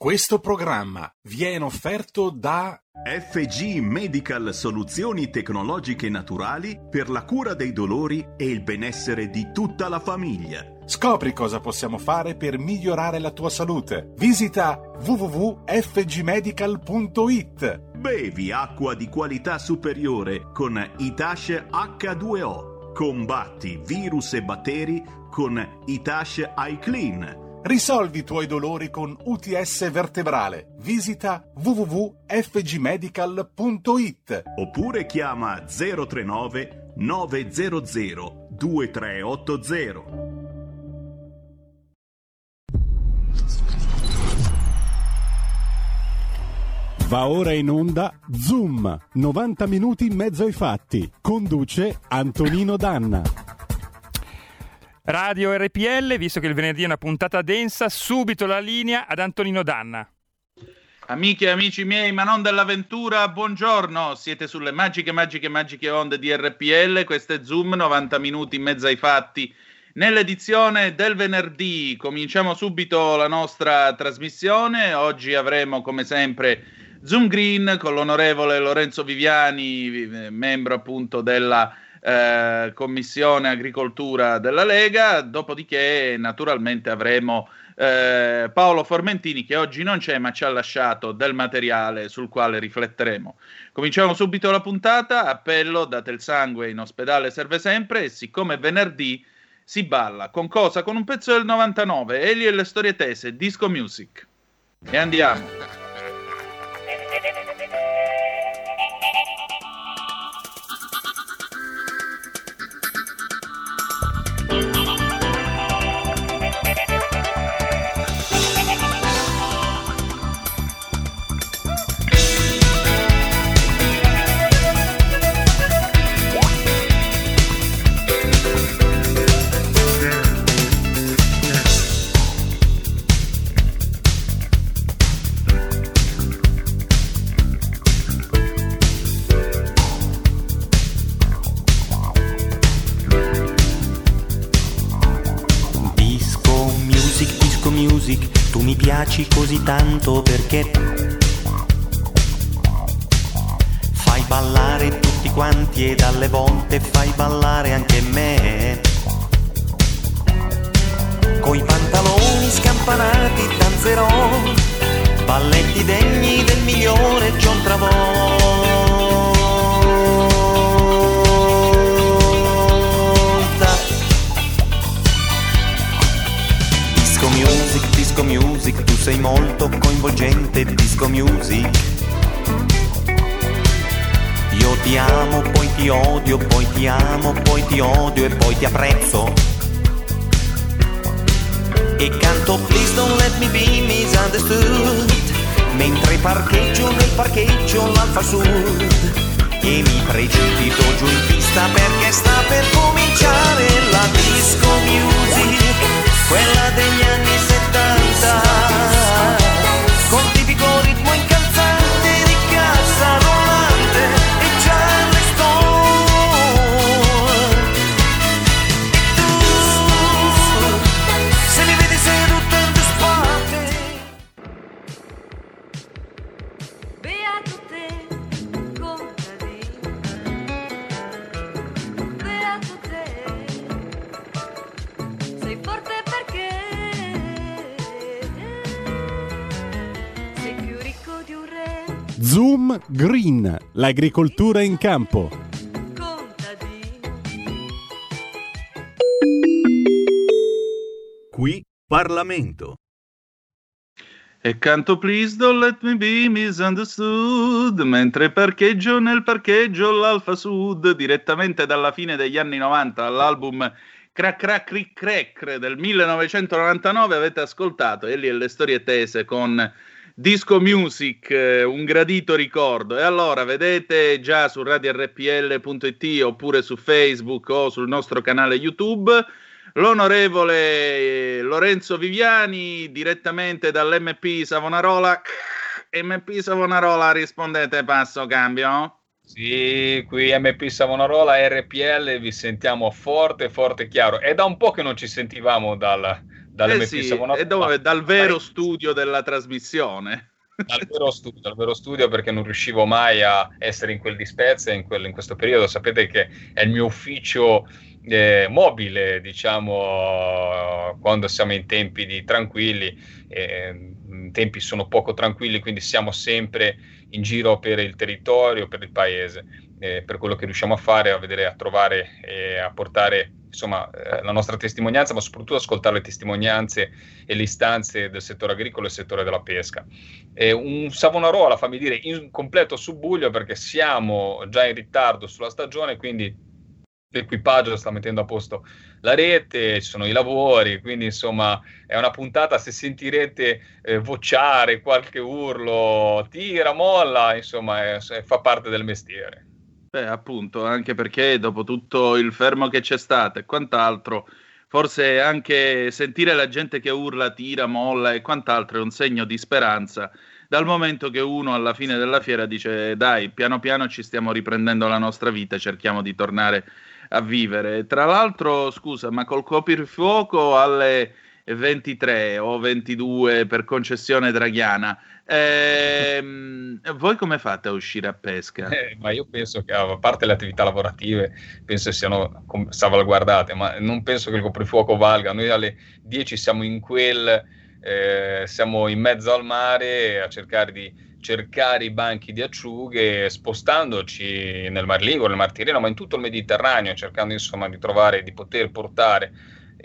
Questo programma viene offerto da FG Medical Soluzioni tecnologiche naturali per la cura dei dolori e il benessere di tutta la famiglia. Scopri cosa possiamo fare per migliorare la tua salute. Visita www.fgmedical.it. Bevi acqua di qualità superiore con Itash H2O. Combatti virus e batteri con Itash iClean. Risolvi i tuoi dolori con UTS vertebrale. Visita www.fgmedical.it. Oppure chiama 039 900 2380. Va ora in onda Zoom, 90 minuti in mezzo ai fatti. Conduce Antonino Danna. Radio RPL, visto che il venerdì è una puntata densa, subito la linea ad Antonino Danna. Amiche e amici miei, ma non dell'avventura, buongiorno. Siete sulle magiche onde di RPL. Questo è Zoom, 90 minuti in mezzo ai fatti. Nell'edizione del venerdì cominciamo subito la nostra trasmissione. Oggi avremo, come sempre, Zoom Green con l'onorevole Lorenzo Viviani, membro appunto della Commissione Agricoltura della Lega. Dopodiché naturalmente avremo Paolo Formentini, che oggi non c'è ma ci ha lasciato del materiale sul quale rifletteremo. Cominciamo subito la puntata. Appello: date il sangue, in ospedale serve sempre. E siccome è venerdì si balla con cosa? Con un pezzo del 99, Elio e le storie tese, Disco Music. E andiamo. Tu mi piaci così tanto perché fai ballare tutti quanti e alle volte fai ballare anche me. Coi pantaloni scampanati danzerò balletti degni del migliore John Travolta. Disco music, tu sei molto coinvolgente, disco music. Io ti amo, poi ti odio, poi ti amo, poi ti odio e poi ti apprezzo. E canto Please don't let me be misunderstood mentre parcheggio nel parcheggio l'Alfa Sud. E mi precipito giù in pista perché sta per cominciare la disco music, quella degli anni 70, con tipico ritmo incalzante di cassa rollante e Charleston. E tu, se mi vedi seduto in due sparte, beato te, contadino, beato te, sei forte perché sei più ricco di un re. Zoom Green, l'agricoltura in campo. Contadino, Qui Parlamento. E canto Please don't let me be misunderstood mentre parcheggio nel parcheggio l'Alfa Sud, direttamente dalla fine degli anni 90, all'album Crack Crack Crick Crack del 1999. Avete ascoltato Ellie e le storie tese con Disco Music, un gradito ricordo. E allora vedete già su radiorpl.it oppure su Facebook o sul nostro canale YouTube l'onorevole Lorenzo Viviani direttamente dall'MP Savonarola. MP Savonarola, rispondete, passo cambio. Sì, qui MP Savonarola, RPL, vi sentiamo forte, forte, chiaro. È da un po' che non ci sentivamo dal sì, e dove? Dal vero studio della trasmissione. Dal vero studio, perché non riuscivo mai a essere in quel di Spezia in questo periodo. Sapete che è il mio ufficio mobile, diciamo, quando siamo in tempi tranquilli. I tempi sono poco tranquilli, quindi siamo sempre in giro per il territorio, per il paese, per quello che riusciamo a fare, a vedere, a trovare e a portare, insomma, la nostra testimonianza, ma soprattutto ascoltare le testimonianze e le istanze del settore agricolo e del settore della pesca. Un Savonarola, fammi dire, in completo subbuglio, perché siamo già in ritardo sulla stagione, quindi l'equipaggio sta mettendo a posto la rete, ci sono i lavori, quindi insomma è una puntata, se sentirete vociare qualche urlo, tira, molla, insomma fa parte del mestiere. Beh, appunto, anche perché dopo tutto il fermo che c'è stato e quant'altro, forse anche sentire la gente che urla, tira, molla e quant'altro è un segno di speranza, dal momento che uno alla fine della fiera dice dai, piano piano ci stiamo riprendendo la nostra vita, cerchiamo di tornare a vivere. Tra l'altro, scusa, ma col coprifuoco alle 23 o 22 per concessione draghiana, voi come fate a uscire a pesca? Ma io penso che, a parte le attività lavorative, penso siano salvaguardate, ma non penso che il coprifuoco valga. Noi alle 10 siamo siamo in mezzo al mare a cercare i banchi di acciughe, spostandoci nel Mar Ligure, nel Mar Tirreno, ma in tutto il Mediterraneo, cercando insomma di trovare, di poter portare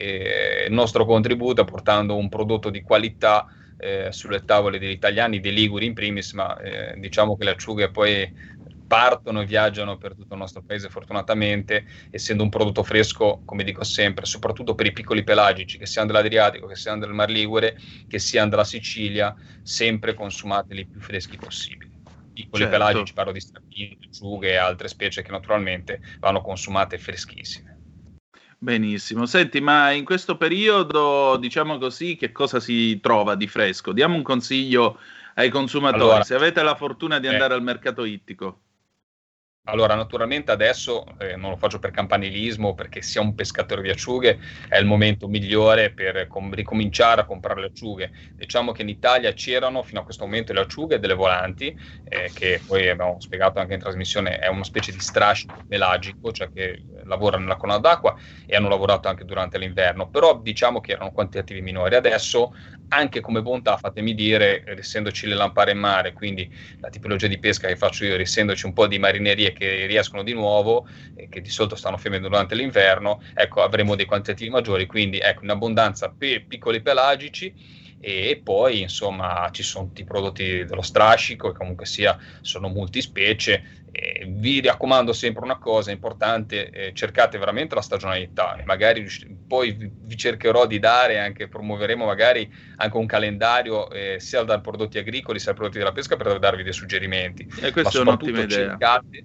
il nostro contributo, portando un prodotto di qualità sulle tavole degli italiani, dei liguri in primis, ma diciamo che le acciughe poi partono e viaggiano per tutto il nostro paese, fortunatamente, essendo un prodotto fresco, come dico sempre, soprattutto per i piccoli pelagici, che siano dell'Adriatico, che siano del Mar Ligure, che siano della Sicilia, sempre consumateli più freschi possibili. Piccoli pelagici, parlo di stracchini, acciughe e altre specie che naturalmente vanno consumate freschissime. Benissimo, senti, ma in questo periodo, diciamo così, che cosa si trova di fresco? Diamo un consiglio ai consumatori, allora, se avete la fortuna di andare al mercato ittico. Allora, naturalmente adesso non lo faccio per campanilismo, perché sia un pescatore di acciughe è il momento migliore per ricominciare a comprare le acciughe. Diciamo che in Italia c'erano fino a questo momento le acciughe delle volanti, che poi abbiamo spiegato anche in trasmissione, è una specie di strascico pelagico, cioè che lavora nella colonna d'acqua, e hanno lavorato anche durante l'inverno, però diciamo che erano quantitativi minori. Adesso, anche come bontà, fatemi dire, essendoci le lampare in mare, quindi la tipologia di pesca che faccio io, essendoci un po' di marinerie che riescono di nuovo, che di solito stanno ferme durante l'inverno, ecco, avremo dei quantitativi maggiori, quindi ecco, in abbondanza per piccoli pelagici. E poi insomma ci sono i prodotti dello strascico, che comunque sia sono multispecie. Vi raccomando sempre una cosa importante, cercate veramente la stagionalità, e magari poi vi cercherò di dare anche, promuoveremo magari anche un calendario sia dai prodotti agricoli sia dai prodotti della pesca, per darvi dei suggerimenti. E questa è un'ottima idea.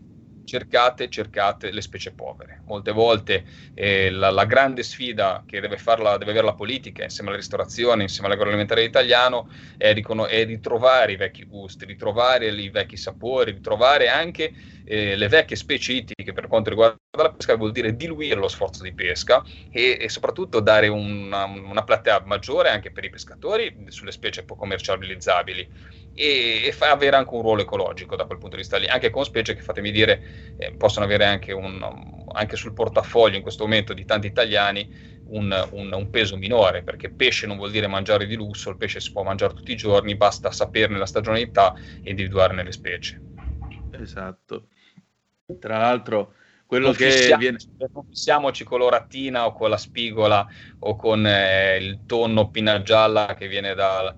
Cercate le specie povere. Molte volte la grande sfida che deve avere la politica insieme alla ristorazione, insieme all'agroalimentare italiano, è ritrovare i vecchi gusti, ritrovare i vecchi sapori, ritrovare anche le vecchie specie ittiche. Per quanto riguarda la pesca, vuol dire diluire lo sforzo di pesca e soprattutto dare una platea maggiore anche per i pescatori sulle specie commercializzabili, e avere anche un ruolo ecologico da quel punto di vista lì, anche con specie che, fatemi dire, possono avere anche anche sul portafoglio in questo momento di tanti italiani un peso minore, perché pesce non vuol dire mangiare di lusso, il pesce si può mangiare tutti i giorni, basta saperne la stagionalità e individuarne le specie. Esatto. Tra l'altro quello che viene... Non fissiamoci con l'oratina o con la spigola o con il tonno pinna gialla che viene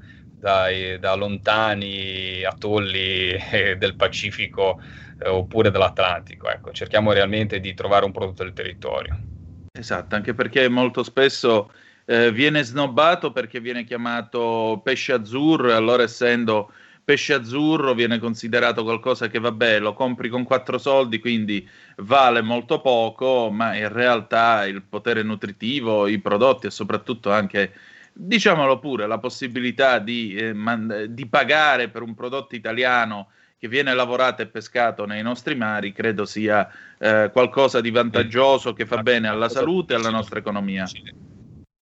da lontani atolli del Pacifico oppure dell'Atlantico. Ecco, cerchiamo realmente di trovare un prodotto del territorio. Esatto, anche perché molto spesso viene snobbato perché viene chiamato pesce azzurro, e allora, essendo pesce azzurro, viene considerato qualcosa che, vabbè, lo compri con 4 soldi, quindi vale molto poco, ma in realtà il potere nutritivo, i prodotti e soprattutto anche, diciamolo pure, la possibilità di pagare per un prodotto italiano che viene lavorato e pescato nei nostri mari, credo sia qualcosa di vantaggioso, che fa bene alla salute e alla nostra economia.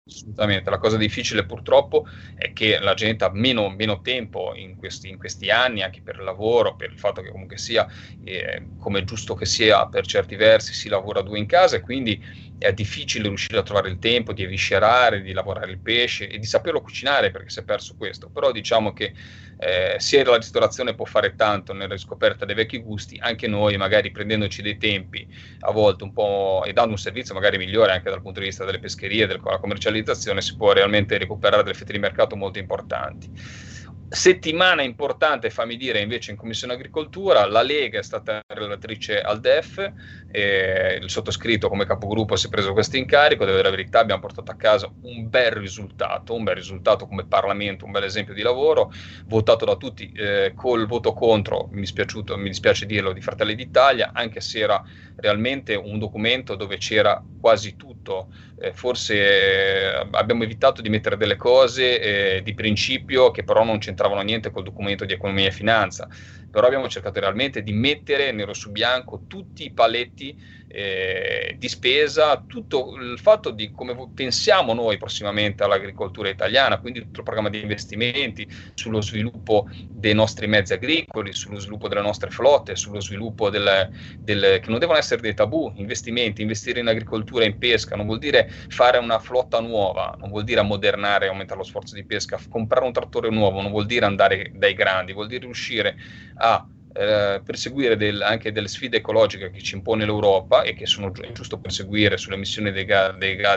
Assolutamente, la cosa difficile purtroppo è che la gente ha meno tempo in questi anni, anche per il lavoro, per il fatto che comunque sia, come è giusto che sia per certi versi, si lavora 2 in casa, e quindi è difficile riuscire a trovare il tempo di eviscerare, di lavorare il pesce e di saperlo cucinare, perché si è perso questo. Però diciamo che sia la ristorazione può fare tanto nella riscoperta dei vecchi gusti, anche noi magari prendendoci dei tempi a volte un po' e dando un servizio magari migliore anche dal punto di vista delle pescherie, della commercializzazione, si può realmente recuperare delle fette di mercato molto importanti. Settimana importante, fammi dire, invece in Commissione Agricoltura. La Lega è stata relatrice al DEF, il sottoscritto come capogruppo si è preso questo incarico. Devo dire la verità, abbiamo portato a casa un bel risultato come Parlamento, un bel esempio di lavoro, votato da tutti, col voto contro, mi dispiace dirlo, di Fratelli d'Italia, anche se era realmente un documento dove c'era quasi tutto. Forse abbiamo evitato di mettere delle cose di principio che però non c'entravano niente col documento di economia e finanza, però abbiamo cercato realmente di mettere nero su bianco tutti i paletti di spesa, tutto il fatto di come pensiamo noi prossimamente all'agricoltura italiana, quindi tutto il programma di investimenti sullo sviluppo dei nostri mezzi agricoli, sullo sviluppo delle nostre flotte, sullo sviluppo che non devono essere dei tabù. Investire in agricoltura e in pesca non vuol dire fare una flotta nuova, non vuol dire ammodernare e aumentare lo sforzo di pesca. Comprare un trattore nuovo non vuol dire andare dai grandi, vuol dire riuscire a perseguire anche delle sfide ecologiche che ci impone l'Europa e che sono giusto perseguire sulle emissioni della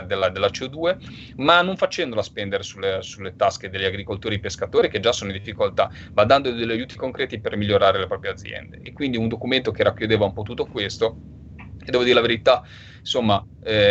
CO2, ma non facendola spendere sulle tasche degli agricoltori e pescatori che già sono in difficoltà, ma dando degli aiuti concreti per migliorare le proprie aziende. E quindi un documento che racchiudeva un po' tutto questo, e devo dire la verità, insomma,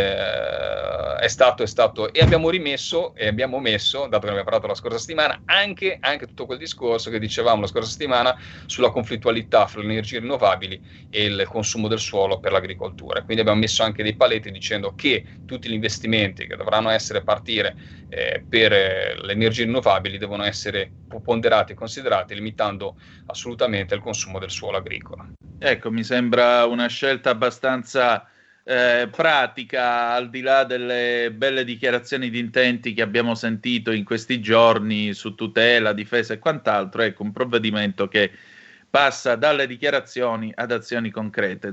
è stato e abbiamo messo, dato che ne abbiamo parlato la scorsa settimana, anche tutto quel discorso che dicevamo la scorsa settimana sulla conflittualità fra le energie rinnovabili e il consumo del suolo per l'agricoltura. Quindi abbiamo messo anche dei paletti dicendo che tutti gli investimenti che dovranno partire per le energie rinnovabili devono essere ponderati e considerati, limitando assolutamente il consumo del suolo agricolo. Ecco, mi sembra una scelta abbastanza pratica, al di là delle belle dichiarazioni di intenti che abbiamo sentito in questi giorni su tutela, difesa e quant'altro. Ecco, un provvedimento che passa dalle dichiarazioni ad azioni concrete.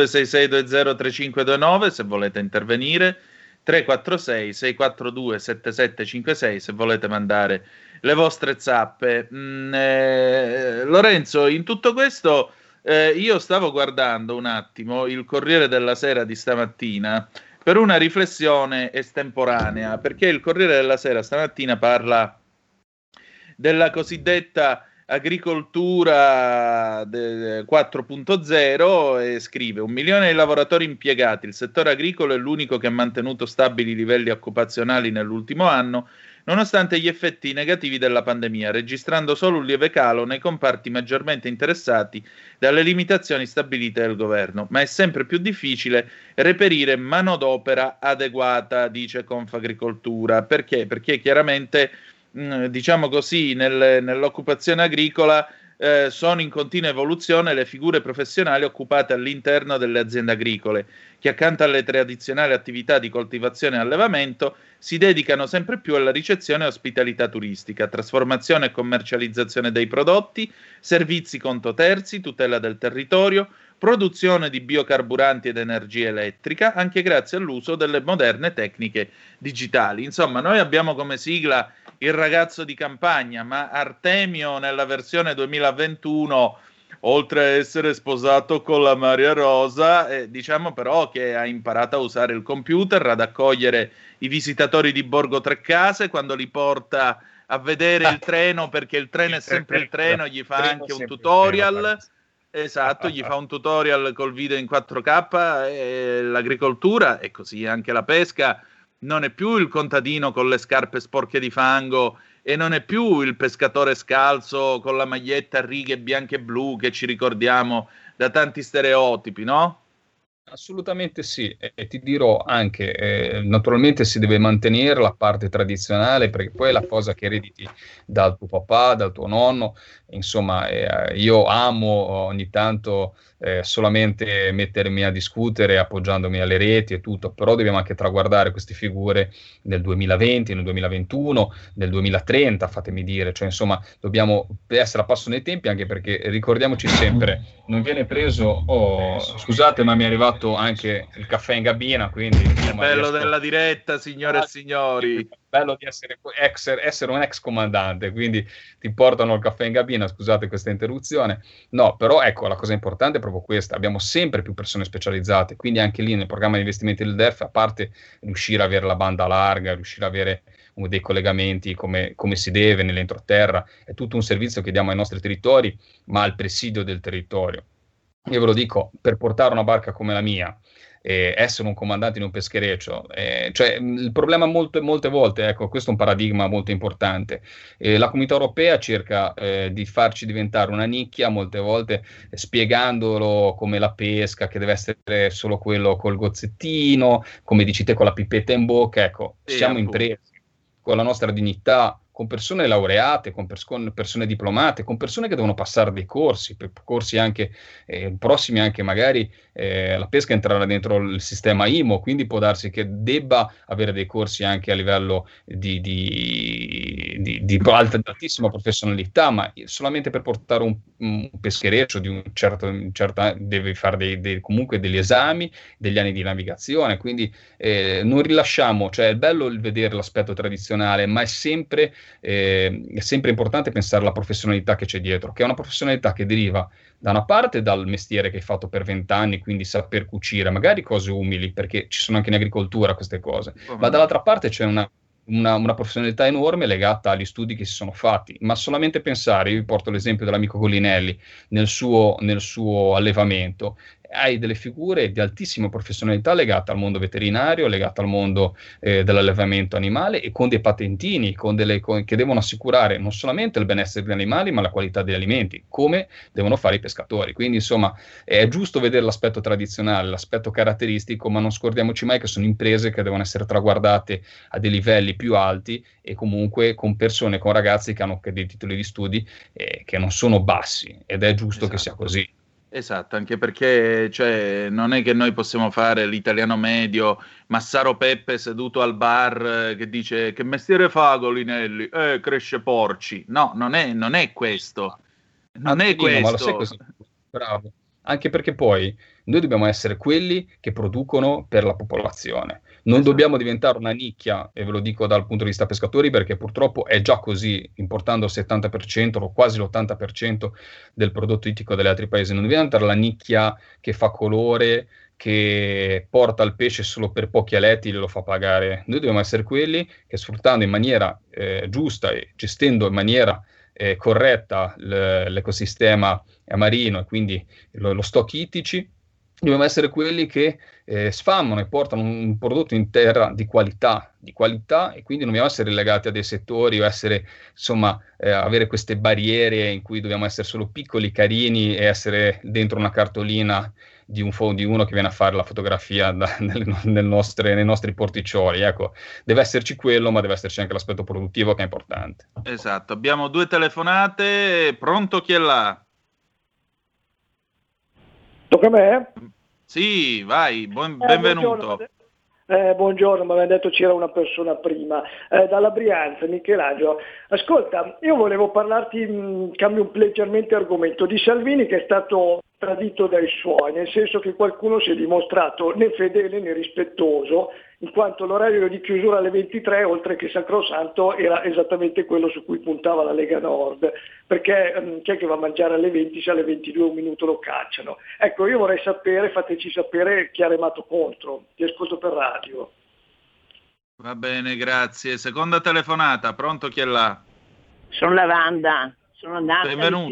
0266203529 se volete intervenire, 346 642 7756 se volete mandare le vostre zappe. Lorenzo, in tutto questo io stavo guardando un attimo il Corriere della Sera di stamattina per una riflessione estemporanea, perché il Corriere della Sera stamattina parla della cosiddetta agricoltura 4.0 e scrive: 1 milione di lavoratori impiegati, il settore agricolo è l'unico che ha mantenuto stabili i livelli occupazionali nell'ultimo anno, nonostante gli effetti negativi della pandemia, registrando solo un lieve calo nei comparti maggiormente interessati dalle limitazioni stabilite dal governo. Ma è sempre più difficile reperire manodopera adeguata, dice Confagricoltura. Perché? Perché chiaramente, diciamo così, nell'occupazione agricola sono in continua evoluzione le figure professionali occupate all'interno delle aziende agricole, che accanto alle tradizionali attività di coltivazione e allevamento si dedicano sempre più alla ricezione e ospitalità turistica, trasformazione e commercializzazione dei prodotti, servizi conto terzi, tutela del territorio, produzione di biocarburanti ed energia elettrica, anche grazie all'uso delle moderne tecniche digitali. Insomma, noi abbiamo come sigla il ragazzo di campagna, ma Artemio nella versione 2021, oltre a essere sposato con la Maria Rosa, diciamo però che ha imparato a usare il computer, ad accogliere i visitatori di Borgo Trecase quando li porta a vedere il treno, perché il treno è sempre il treno, gli fa anche un tutorial. Esatto, gli fa un tutorial col video in 4K, l'agricoltura e così anche la pesca. Non è più il contadino con le scarpe sporche di fango e non è più il pescatore scalzo con la maglietta a righe bianche e blu che ci ricordiamo da tanti stereotipi, no? Assolutamente sì, e ti dirò anche, naturalmente si deve mantenere la parte tradizionale perché poi è la cosa che erediti dal tuo papà, dal tuo nonno, insomma, io amo ogni tanto solamente mettermi a discutere appoggiandomi alle reti e tutto, però dobbiamo anche traguardare queste figure nel 2020, nel 2021, nel 2030, fatemi dire, cioè insomma dobbiamo essere a passo nei tempi anche perché ricordiamoci sempre, non viene preso, scusate ma mi è arrivato anche il caffè in gabina, quindi È bello della diretta, signore e signori. Bello di essere un ex comandante, quindi ti portano il caffè in gabina, scusate questa interruzione. No, però ecco, la cosa importante è proprio questa, abbiamo sempre più persone specializzate, quindi anche lì nel programma di investimenti del DEF, a parte riuscire ad avere la banda larga, riuscire ad avere dei collegamenti come si deve nell'entroterra, è tutto un servizio che diamo ai nostri territori, ma al presidio del territorio. Io ve lo dico, per portare una barca come la mia, essere un comandante in un peschereccio, cioè il problema molte volte, ecco, questo è un paradigma molto importante. La Comunità Europea cerca di farci diventare una nicchia, molte volte spiegandolo come la pesca, che deve essere solo quello col gozzettino, come dici te con la pipetta in bocca, ecco, siamo imprese con la nostra dignità, con persone laureate, con persone diplomate, con persone che devono passare dei corsi anche prossimi anche magari la pesca entrerà dentro il sistema IMO, quindi può darsi che debba avere dei corsi anche a livello di altissima professionalità, ma solamente per portare un peschereccio di un certo devi fare comunque degli esami, degli anni di navigazione, quindi non rilasciamo, cioè è bello il vedere l'aspetto tradizionale, ma è sempre importante pensare alla professionalità che c'è dietro, che è una professionalità che deriva da una parte dal mestiere che hai fatto per 20 anni, quindi saper cucire, magari cose umili, perché ci sono anche in agricoltura queste cose, ma dall'altra parte c'è una professionalità enorme legata agli studi che si sono fatti, ma solamente pensare, io vi porto l'esempio dell'amico Collinelli nel suo allevamento, hai delle figure di altissima professionalità legate al mondo veterinario, legate al mondo dell'allevamento animale e con dei patentini che devono assicurare non solamente il benessere degli animali ma la qualità degli alimenti, come devono fare i pescatori. Quindi insomma è giusto vedere l'aspetto tradizionale, l'aspetto caratteristico, ma non scordiamoci mai che sono imprese che devono essere traguardate a dei livelli più alti e comunque con persone, con ragazzi che hanno dei titoli di studi che non sono bassi, ed è giusto che sia così. Esatto, anche perché cioè, non è che noi possiamo fare l'italiano medio, Massaro Peppe seduto al bar che dice che mestiere fa Golinelli? Cresce porci. No, non è questo. Non è questo. Ma lo sai così, bravo. Anche perché poi noi dobbiamo essere quelli che producono per la popolazione. Non dobbiamo diventare una nicchia, e ve lo dico dal punto di vista pescatori, perché purtroppo è già così, importando il 70% o quasi l'80% del prodotto ittico degli altri paesi. Non dobbiamo diventare la nicchia che fa colore, che porta il pesce solo per pochi aletti e lo fa pagare. Noi dobbiamo essere quelli che, sfruttando in maniera giusta e gestendo in maniera corretta l'ecosistema marino e quindi lo stock ittici, dobbiamo essere quelli che sfamano e portano un prodotto in terra di qualità, e quindi non dobbiamo essere legati a dei settori o essere, insomma, avere queste barriere in cui dobbiamo essere solo piccoli, carini e essere dentro una cartolina di uno che viene a fare la fotografia nei nostri porticcioli. Ecco, deve esserci quello, ma deve esserci anche l'aspetto produttivo che è importante. Esatto, abbiamo 2 telefonate, pronto, chi è là? Tocca a me? Sì, vai, benvenuto. Buongiorno, mi aveva detto c'era una persona prima, dalla Brianza, Michelangelo. Ascolta, io volevo parlarti, cambio leggermente argomento, di Salvini che è stato tradito dai suoi, nel senso che qualcuno si è dimostrato né fedele né rispettoso, in quanto l'orario di chiusura alle 23, oltre che sacrosanto, era esattamente quello su cui puntava la Lega Nord, perché chi è che va a mangiare alle 20 se alle 22 un minuto lo cacciano? Ecco, io vorrei sapere, fateci sapere chi ha remato contro, ti ascolto per radio. Va bene, grazie. Seconda telefonata, pronto, chi è là? Sono la Wanda, sono nata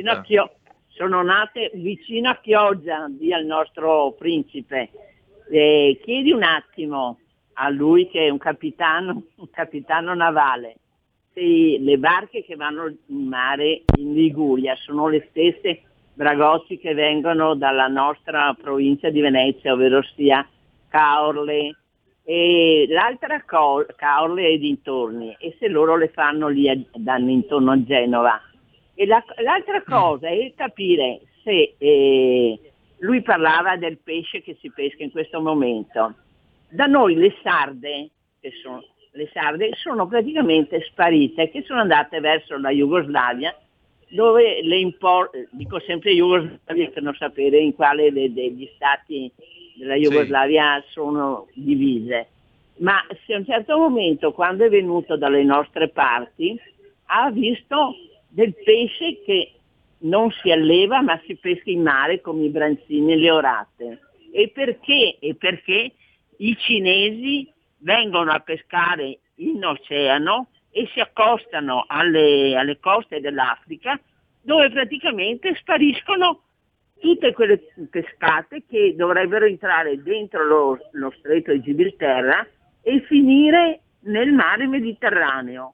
vicino a Chioggia, via il nostro principe. Chiedi un attimo a lui, che è un capitano navale, se le barche che vanno in mare in Liguria sono le stesse Bragozzi che vengono dalla nostra provincia di Venezia, ovvero sia Caorle, e l'altra Caorle e dintorni, e se loro le fanno lì danno intorno a Genova. E l'altra cosa è capire se lui parlava del pesce che si pesca in questo momento. Da noi le sarde sono praticamente sparite, che sono andate verso la Jugoslavia, dove dico sempre Jugoslavia per non sapere in quale degli stati della Jugoslavia sono divise. Ma se a un certo momento, quando è venuto dalle nostre parti, ha visto del pesce che non si alleva ma si pesca in mare come i branzini e le orate. E perché? Perché i cinesi vengono a pescare in oceano e si accostano alle coste dell'Africa, dove praticamente spariscono tutte quelle pescate che dovrebbero entrare dentro lo stretto di Gibilterra e finire nel mare Mediterraneo.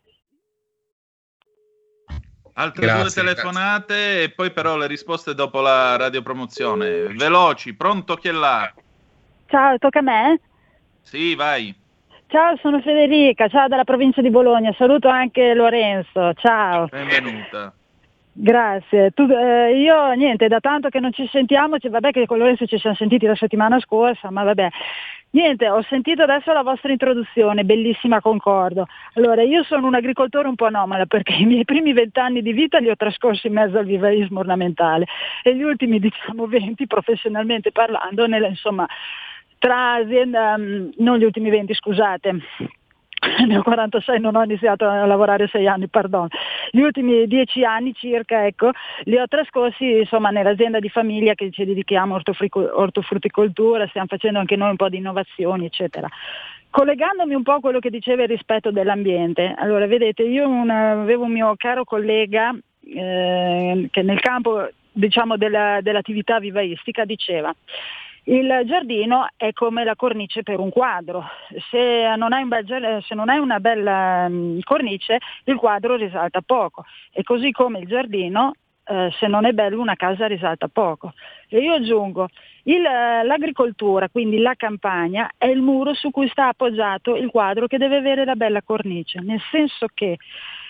Altre due telefonate e poi però le risposte dopo la radiopromozione. Veloci, pronto chi è là? Ciao, tocca a me? Sì, vai. Ciao, sono Federica, ciao dalla provincia di Bologna, saluto anche Lorenzo, ciao. Benvenuta. Grazie. Io niente, da tanto che non ci sentiamo, vabbè che con Lorenzo ci siamo sentiti la settimana scorsa, ma vabbè. Niente, ho sentito adesso la vostra introduzione, bellissima, concordo. Allora, io sono un agricoltore un po' anomala perché i miei primi 20 anni di vita li ho trascorsi in mezzo al vivaismo ornamentale e gli ultimi 20 professionalmente parlando, insomma, tra azienda, non gli ultimi 20, scusate. Ne ho 46, non ho iniziato a lavorare 6 anni, perdono. Gli ultimi 10 anni circa, ecco, li ho trascorsi insomma nell'azienda di famiglia che ci dedichiamo ortofrutticoltura, stiamo facendo anche noi un po' di innovazioni, eccetera. Collegandomi un po' a quello che diceva il rispetto dell'ambiente, allora vedete, io avevo un mio caro collega che nel campo diciamo dell'attività vivaistica diceva: il giardino è come la cornice per un quadro, se non hai una bella cornice il quadro risalta poco, e così come il giardino se non è bello una casa risalta poco. E io aggiungo, l'agricoltura, quindi la campagna, è il muro su cui sta appoggiato il quadro che deve avere la bella cornice, nel senso che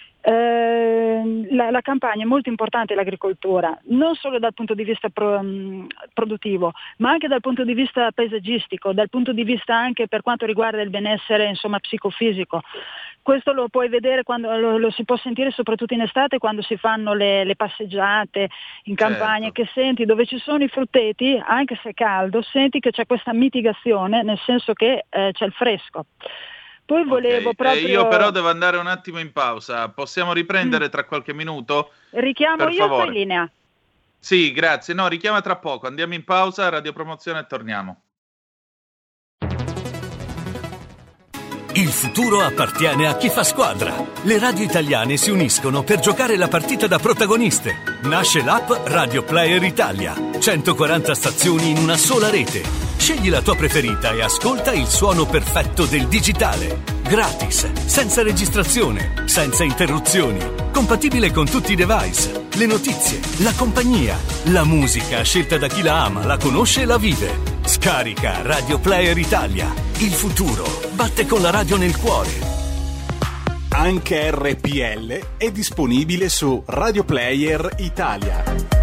la campagna è molto importante, l'agricoltura, non solo dal punto di vista produttivo, ma anche dal punto di vista paesaggistico, dal punto di vista anche per quanto riguarda il benessere insomma psicofisico. Questo lo puoi vedere quando lo si può sentire soprattutto in estate, quando si fanno le passeggiate in campagna, certo, che senti dove ci sono i frutteti, anche se è caldo, senti che c'è questa mitigazione, nel senso che c'è il fresco. Poi volevo proprio... io però devo andare un attimo in pausa. Possiamo riprendere tra qualche minuto? Richiamo per io favore. in linea? Sì, grazie. No, richiama tra poco. Andiamo in pausa, radiopromozione e torniamo. Il futuro appartiene a chi fa squadra. Le radio italiane si uniscono per giocare la partita da protagoniste. Nasce l'app Radio Player Italia. 140 stazioni in una sola rete. Scegli la tua preferita e ascolta il suono perfetto del digitale. Gratis, senza registrazione, senza interruzioni. Compatibile con tutti i device. Le notizie, la compagnia, la musica scelta da chi la ama, la conosce e la vive. Scarica Radio Player Italia. Il futuro batte con la radio nel cuore. Anche RPL è disponibile su Radio Player Italia.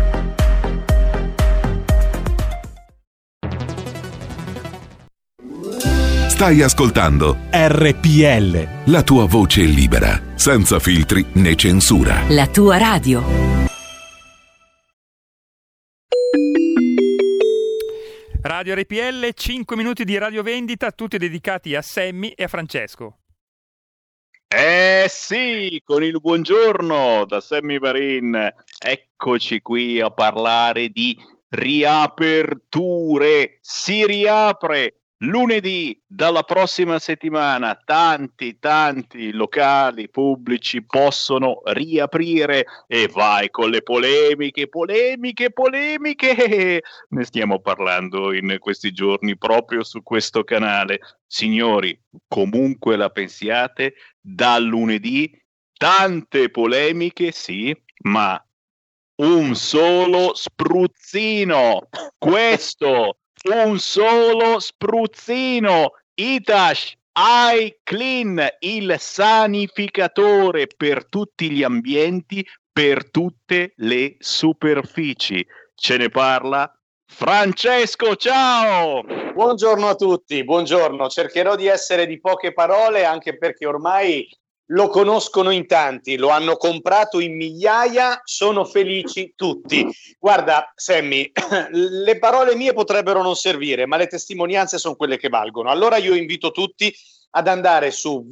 Stai ascoltando RPL, la tua voce libera, senza filtri né censura. La tua radio. Radio RPL, 5 minuti di radiovendita, tutti dedicati a Sammy e a Francesco. Sì, con il buongiorno da Sammy Varin. Eccoci qui a parlare di riaperture. Si riapre lunedì dalla prossima settimana, tanti locali pubblici possono riaprire e vai con le polemiche. Ne stiamo parlando in questi giorni proprio su questo canale. Signori, comunque la pensiate, da lunedì tante polemiche, sì, ma un solo spruzzino. Questo, un solo spruzzino. Hitachi iClean, il sanificatore per tutti gli ambienti, per tutte le superfici. Ce ne parla Francesco, ciao! Buongiorno a tutti, buongiorno. Cercherò di essere di poche parole, anche perché ormai lo conoscono in tanti, lo hanno comprato in migliaia, sono felici tutti. Guarda, Sammy, le parole mie potrebbero non servire, ma le testimonianze sono quelle che valgono. Allora io invito tutti ad andare su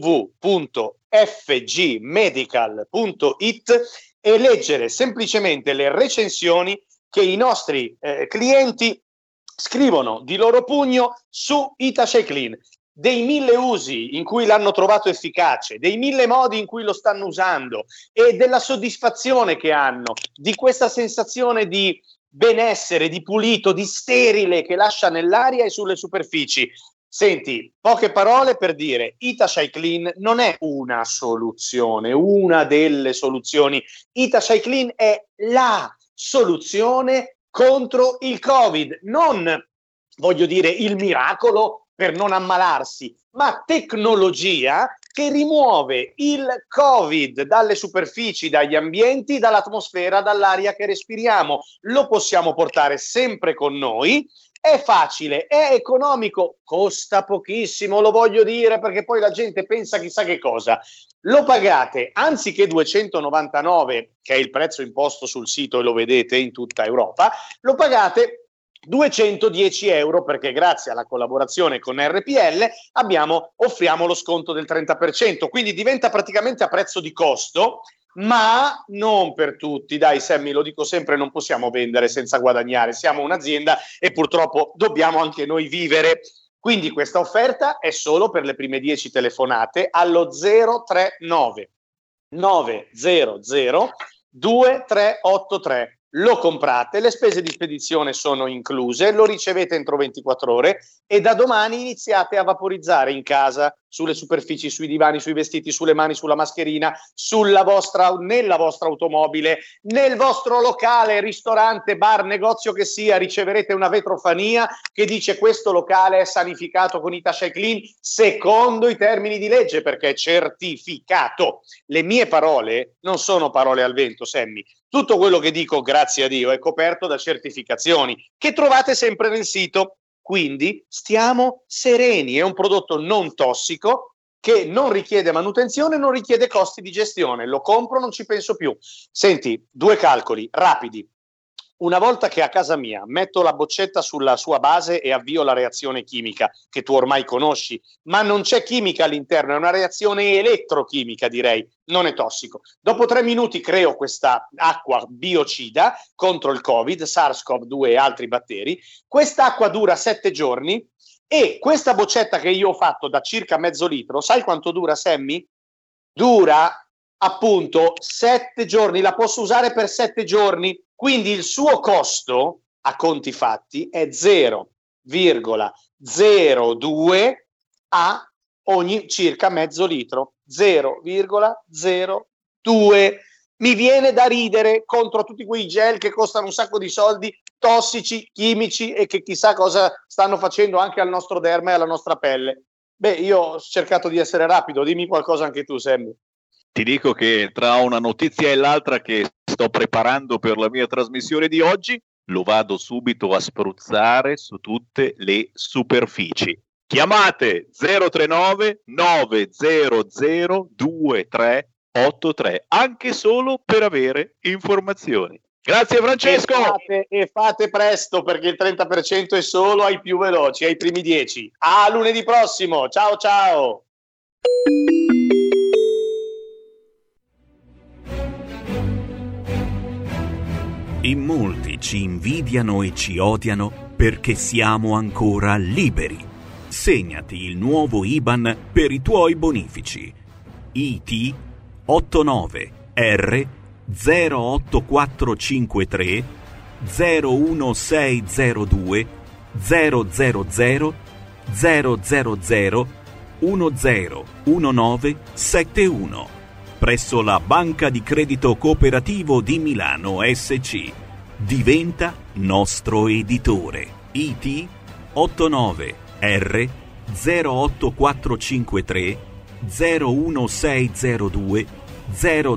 www.fgmedical.it e leggere semplicemente le recensioni che i nostri clienti scrivono di loro pugno su Hitachi iClean, dei 1000 usi in cui l'hanno trovato efficace, dei 1000 modi in cui lo stanno usando e della soddisfazione che hanno, di questa sensazione di benessere, di pulito, di sterile che lascia nell'aria e sulle superfici. Senti, poche parole per dire, Hitachi iClean non è una soluzione, una delle soluzioni. Hitachi iClean è la soluzione contro il Covid, non voglio dire il miracolo per non ammalarsi, ma tecnologia che rimuove il Covid dalle superfici, dagli ambienti, dall'atmosfera, dall'aria che respiriamo. Lo possiamo portare sempre con noi. È facile, è economico, costa pochissimo, lo voglio dire perché poi la gente pensa chissà che cosa. Lo pagate, anziché 299, che è il prezzo imposto sul sito e lo vedete in tutta Europa, lo pagate 210 euro perché grazie alla collaborazione con RPL offriamo lo sconto del 30%, quindi diventa praticamente a prezzo di costo. Ma non per tutti, dai Sammy, lo dico sempre, non possiamo vendere senza guadagnare, siamo un'azienda e purtroppo dobbiamo anche noi vivere, quindi questa offerta è solo per le prime 10 telefonate allo 039 900 2383. Lo comprate, le spese di spedizione sono incluse, lo ricevete entro 24 ore e da domani iniziate a vaporizzare in casa, sulle superfici, sui divani, sui vestiti, sulle mani, sulla mascherina, nella vostra automobile, nel vostro locale, ristorante, bar, negozio che sia, riceverete una vetrofania che dice questo locale è sanificato con Hitachi iClean secondo i termini di legge perché è certificato. Le mie parole non sono parole al vento, Sammy. Tutto quello che dico, grazie a Dio, è coperto da certificazioni che trovate sempre nel sito. Quindi stiamo sereni, è un prodotto non tossico che non richiede manutenzione, non richiede costi di gestione. Lo compro, non ci penso più. Senti, 2 calcoli rapidi. Una volta che a casa mia metto la boccetta sulla sua base e avvio la reazione chimica, che tu ormai conosci, ma non c'è chimica all'interno, è una reazione elettrochimica, direi, non è tossico. Dopo 3 minuti creo questa acqua biocida contro il Covid, SARS-CoV-2 e altri batteri. Quest'acqua dura 7 giorni e questa boccetta che io ho fatto da circa mezzo litro, sai quanto dura, Sammy? Dura appunto 7 giorni, la posso usare per 7 giorni. Quindi il suo costo, a conti fatti, è 0,02 a ogni circa mezzo litro. 0,02. Mi viene da ridere contro tutti quei gel che costano un sacco di soldi, tossici, chimici e che chissà cosa stanno facendo anche al nostro derma e alla nostra pelle. Beh, io ho cercato di essere rapido, dimmi qualcosa anche tu, Sammy. Ti dico che tra una notizia e l'altra che sto preparando per la mia trasmissione di oggi, lo vado subito a spruzzare su tutte le superfici. Chiamate 039 900 2383 anche solo per avere informazioni. Grazie Francesco! E fate presto perché il 30% è solo ai più veloci, ai primi 10. A lunedì prossimo, ciao ciao! In molti ci invidiano e ci odiano perché siamo ancora liberi. Segnati il nuovo IBAN per i tuoi bonifici. IT 89R 08453 01602 000 000 101971 presso la Banca di Credito Cooperativo di Milano SC. Diventa nostro editore. IT 89 R 08453 01602 000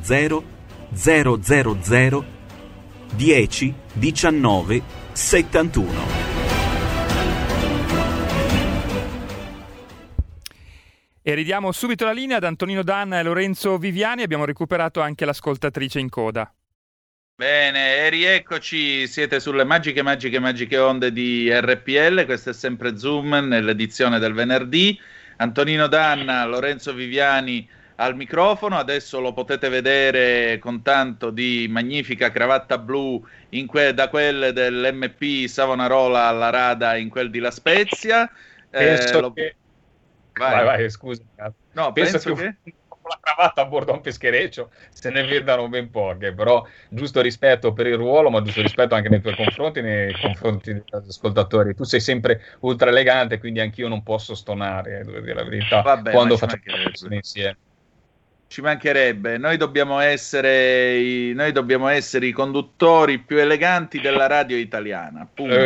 000 10 19 71. E ridiamo subito la linea ad Antonino Danna e Lorenzo Viviani. Abbiamo recuperato anche l'ascoltatrice in coda. Bene, e rieccoci, siete sulle magiche onde di RPL, questo è sempre Zoom nell'edizione del venerdì. Antonino Danna, Lorenzo Viviani al microfono, adesso lo potete vedere con tanto di magnifica cravatta blu da quelle dell'MP Savonarola alla Rada in quel di La Spezia. Penso che... Vai, scusa. No, penso che... Con la cravatta a bordo a un peschereccio se ne vedano ben poche, però giusto rispetto per il ruolo, ma giusto rispetto anche nei tuoi confronti, nei confronti degli ascoltatori. Tu sei sempre ultra elegante, quindi anch'io non posso stonare, devo dire la verità. Vabbè, quando facciamo insieme. Ci mancherebbe, noi dobbiamo essere i conduttori più eleganti della radio italiana, punto.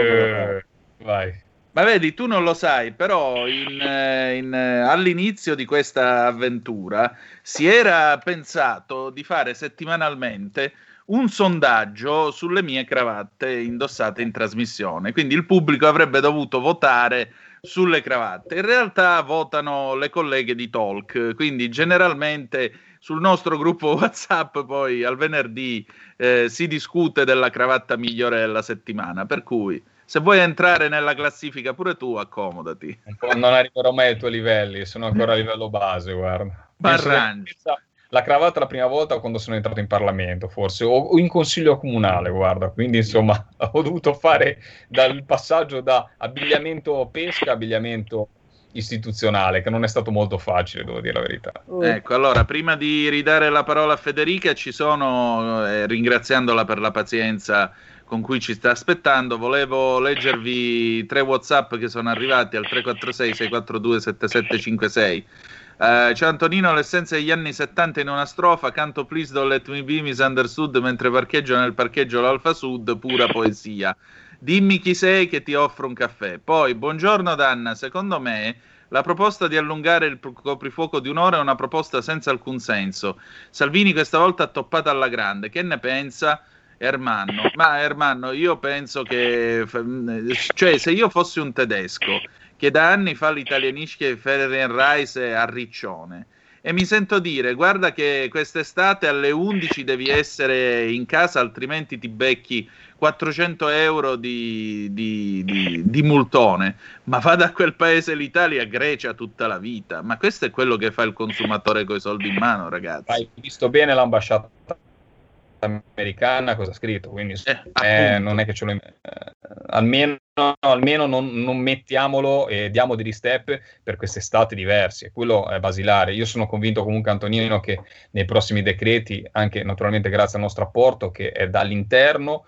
Vai. Ma vedi, tu non lo sai, però all'inizio di questa avventura si era pensato di fare settimanalmente un sondaggio sulle mie cravatte indossate in trasmissione, quindi il pubblico avrebbe dovuto votare sulle cravatte. In realtà votano le colleghe di Talk, quindi generalmente sul nostro gruppo WhatsApp poi al venerdì si discute della cravatta migliore della settimana, per cui se vuoi entrare nella classifica pure tu, accomodati. Non arriverò mai ai tuoi livelli, sono ancora a livello base, guarda. Barrangi. La cravatta la prima volta quando sono entrato in Parlamento, forse, o in consiglio comunale, guarda. Quindi, insomma, ho dovuto fare dal passaggio da abbigliamento pesca a abbigliamento istituzionale, che non è stato molto facile, devo dire la verità. Ecco, allora, prima di ridare la parola a Federica, ci sono, ringraziandola per la pazienza con cui ci sta aspettando, volevo leggervi 3 WhatsApp che sono arrivati al 346-642-7756. C'è Antonino, l'essenza degli anni 70 in una strofa, canto Please Don't Let Me Be Misunderstood mentre parcheggio nel parcheggio l'Alfa Sud, pura poesia. Dimmi chi sei che ti offro un caffè. Poi, buongiorno Danna, secondo me la proposta di allungare il coprifuoco di un'ora è una proposta senza alcun senso. Salvini questa volta ha toppato alla grande, che ne pensa? Ermanno, io penso che, cioè, se io fossi un tedesco che da anni fa l'italianische Ferienreise a Riccione e mi sento dire, guarda che quest'estate alle 11 devi essere in casa, altrimenti ti becchi 400 euro di multone, ma vado a quel paese l'Italia, Grecia tutta la vita. Ma questo è quello che fa il consumatore coi soldi in mano, ragazzi. Hai visto bene l'ambasciata americana cosa ha scritto, quindi non è che ce lo almeno non mettiamolo e diamo degli step per quest'estate diversi, e quello è basilare. Io sono convinto comunque, Antonino, che nei prossimi decreti, anche naturalmente grazie al nostro apporto che è dall'interno,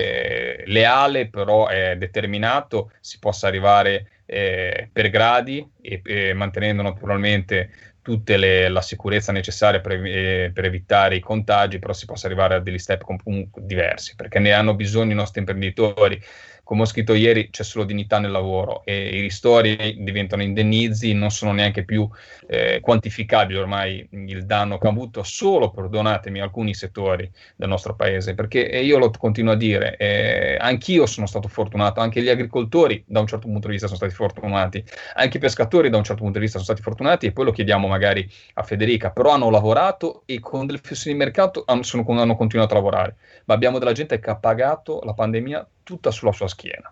leale però è determinato, si possa arrivare per gradi e mantenendo naturalmente tutta la sicurezza necessaria per evitare i contagi, però si possa arrivare a degli step diversi, perché ne hanno bisogno i nostri imprenditori. Come ho scritto ieri, c'è solo dignità nel lavoro e i ristori diventano indennizi, non sono neanche più quantificabili ormai il danno che hanno avuto solo, perdonatemi, alcuni settori del nostro paese, perché io lo continuo a dire, anch'io sono stato fortunato, anche gli agricoltori da un certo punto di vista sono stati fortunati, anche i pescatori da un certo punto di vista sono stati fortunati, e poi lo chiediamo magari a Federica, però hanno lavorato e con delle flessioni di mercato hanno continuato a lavorare, ma abbiamo della gente che ha pagato la pandemia tutta sulla sua schiena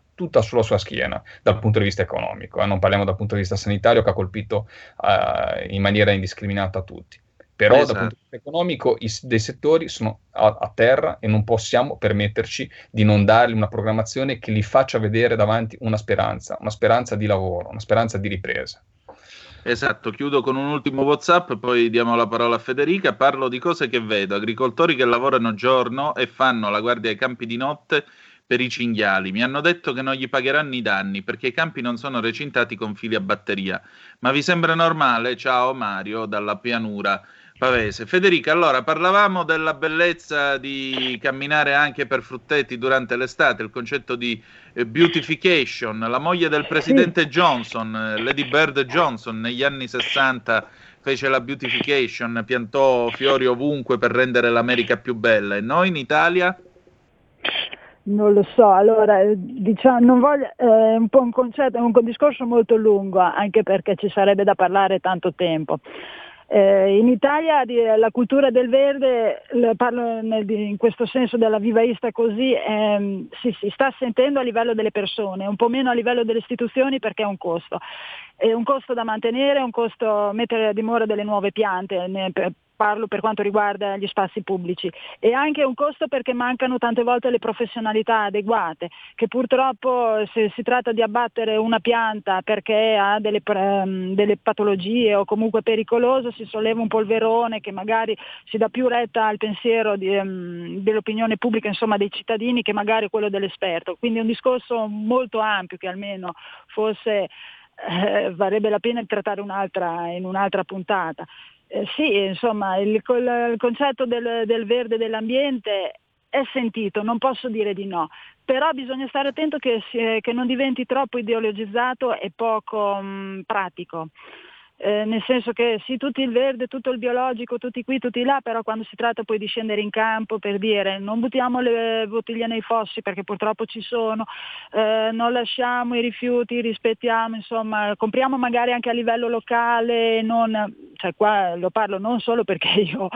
dal punto di vista economico, non parliamo dal punto di vista sanitario, che ha colpito in maniera indiscriminata tutti, però dal punto di vista economico dei settori sono a terra e non possiamo permetterci di non dargli una programmazione che li faccia vedere davanti una speranza di lavoro, una speranza di ripresa. Esatto, chiudo con un ultimo WhatsApp, poi diamo la parola a Federica. Parlo di cose che vedo, agricoltori che lavorano giorno e fanno la guardia ai campi di notte per i cinghiali. Mi hanno detto che non gli pagheranno i danni perché i campi non sono recintati con fili a batteria. Ma vi sembra normale? Ciao Mario dalla pianura. pavese. Federica, allora parlavamo della bellezza di camminare anche per frutteti durante l'estate, il concetto di beautification. La moglie del presidente Johnson, Lady Bird Johnson, negli anni 60 fece la beautification, piantò fiori ovunque per rendere l'America più bella. E noi in Italia? Non lo so, allora diciamo, non voglio, è un po' un concetto, è un discorso molto lungo, anche perché ci sarebbe da parlare tanto tempo. In Italia la cultura del verde, parlo in questo senso della vivaista così, si sta sentendo a livello delle persone, un po' meno a livello delle istituzioni perché è un costo. È un costo da mantenere, è un costo mettere a dimora delle nuove piante, parlo per quanto riguarda gli spazi pubblici, e anche un costo perché mancano tante volte le professionalità adeguate, che purtroppo se si tratta di abbattere una pianta perché ha delle patologie o comunque è pericoloso, si solleva un polverone che magari si dà più retta al pensiero dell'opinione pubblica, insomma dei cittadini, che magari quello dell'esperto. Quindi è un discorso molto ampio che almeno forse varrebbe la pena di trattare in un'altra puntata. Sì, insomma, il concetto del verde dell'ambiente è sentito, non posso dire di no, però bisogna stare attento che non diventi troppo ideologizzato e poco pratico. Nel senso che sì, tutto il verde, tutto il biologico, tutti qui, tutti là, però quando si tratta poi di scendere in campo per dire non buttiamo le bottiglie nei fossi perché purtroppo ci sono, non lasciamo i rifiuti, rispettiamo, insomma, compriamo magari anche a livello locale, cioè qua lo parlo non solo perché io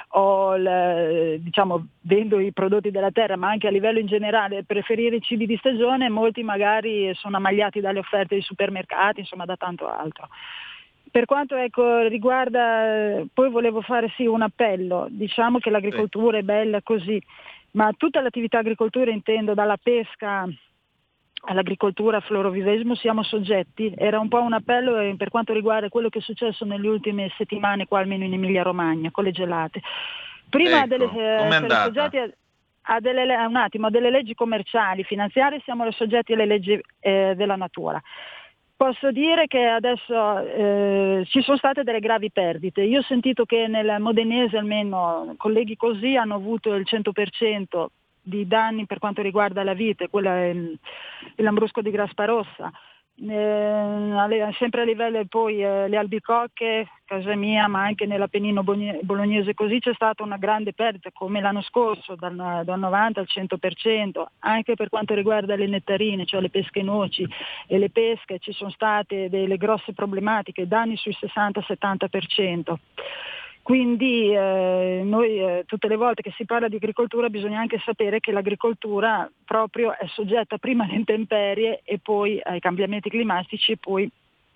vendo i prodotti della terra, ma anche a livello in generale, preferire i cibi di stagione, molti magari sono ammagliati dalle offerte dei supermercati, insomma da tanto altro. Per quanto riguarda, poi volevo fare un appello, diciamo che l'agricoltura è bella così, ma tutta l'attività agricoltura, intendo dalla pesca all'agricoltura, al florovivesimo, siamo soggetti. Era un po' un appello per quanto riguarda quello che è successo nelle ultime settimane qua almeno in Emilia Romagna con le gelate. Prima soggetti a delle leggi commerciali, finanziarie, siamo soggetti alle leggi della natura. Posso dire che adesso ci sono state delle gravi perdite. Io ho sentito che nel modenese almeno colleghi così hanno avuto il 100% di danni per quanto riguarda la vite, quella è il lambrusco di Grasparossa. Sempre a livello poi le albicocche, casa mia, ma anche nell'Appennino bolognese così c'è stata una grande perdita come l'anno scorso dal 90 al 100%, anche per quanto riguarda le nettarine, cioè le pesche noci e le pesche, ci sono state delle grosse problematiche, danni sul 60-70%. Quindi noi tutte le volte che si parla di agricoltura bisogna anche sapere che l'agricoltura proprio è soggetta prima alle intemperie e poi ai cambiamenti climatici e poi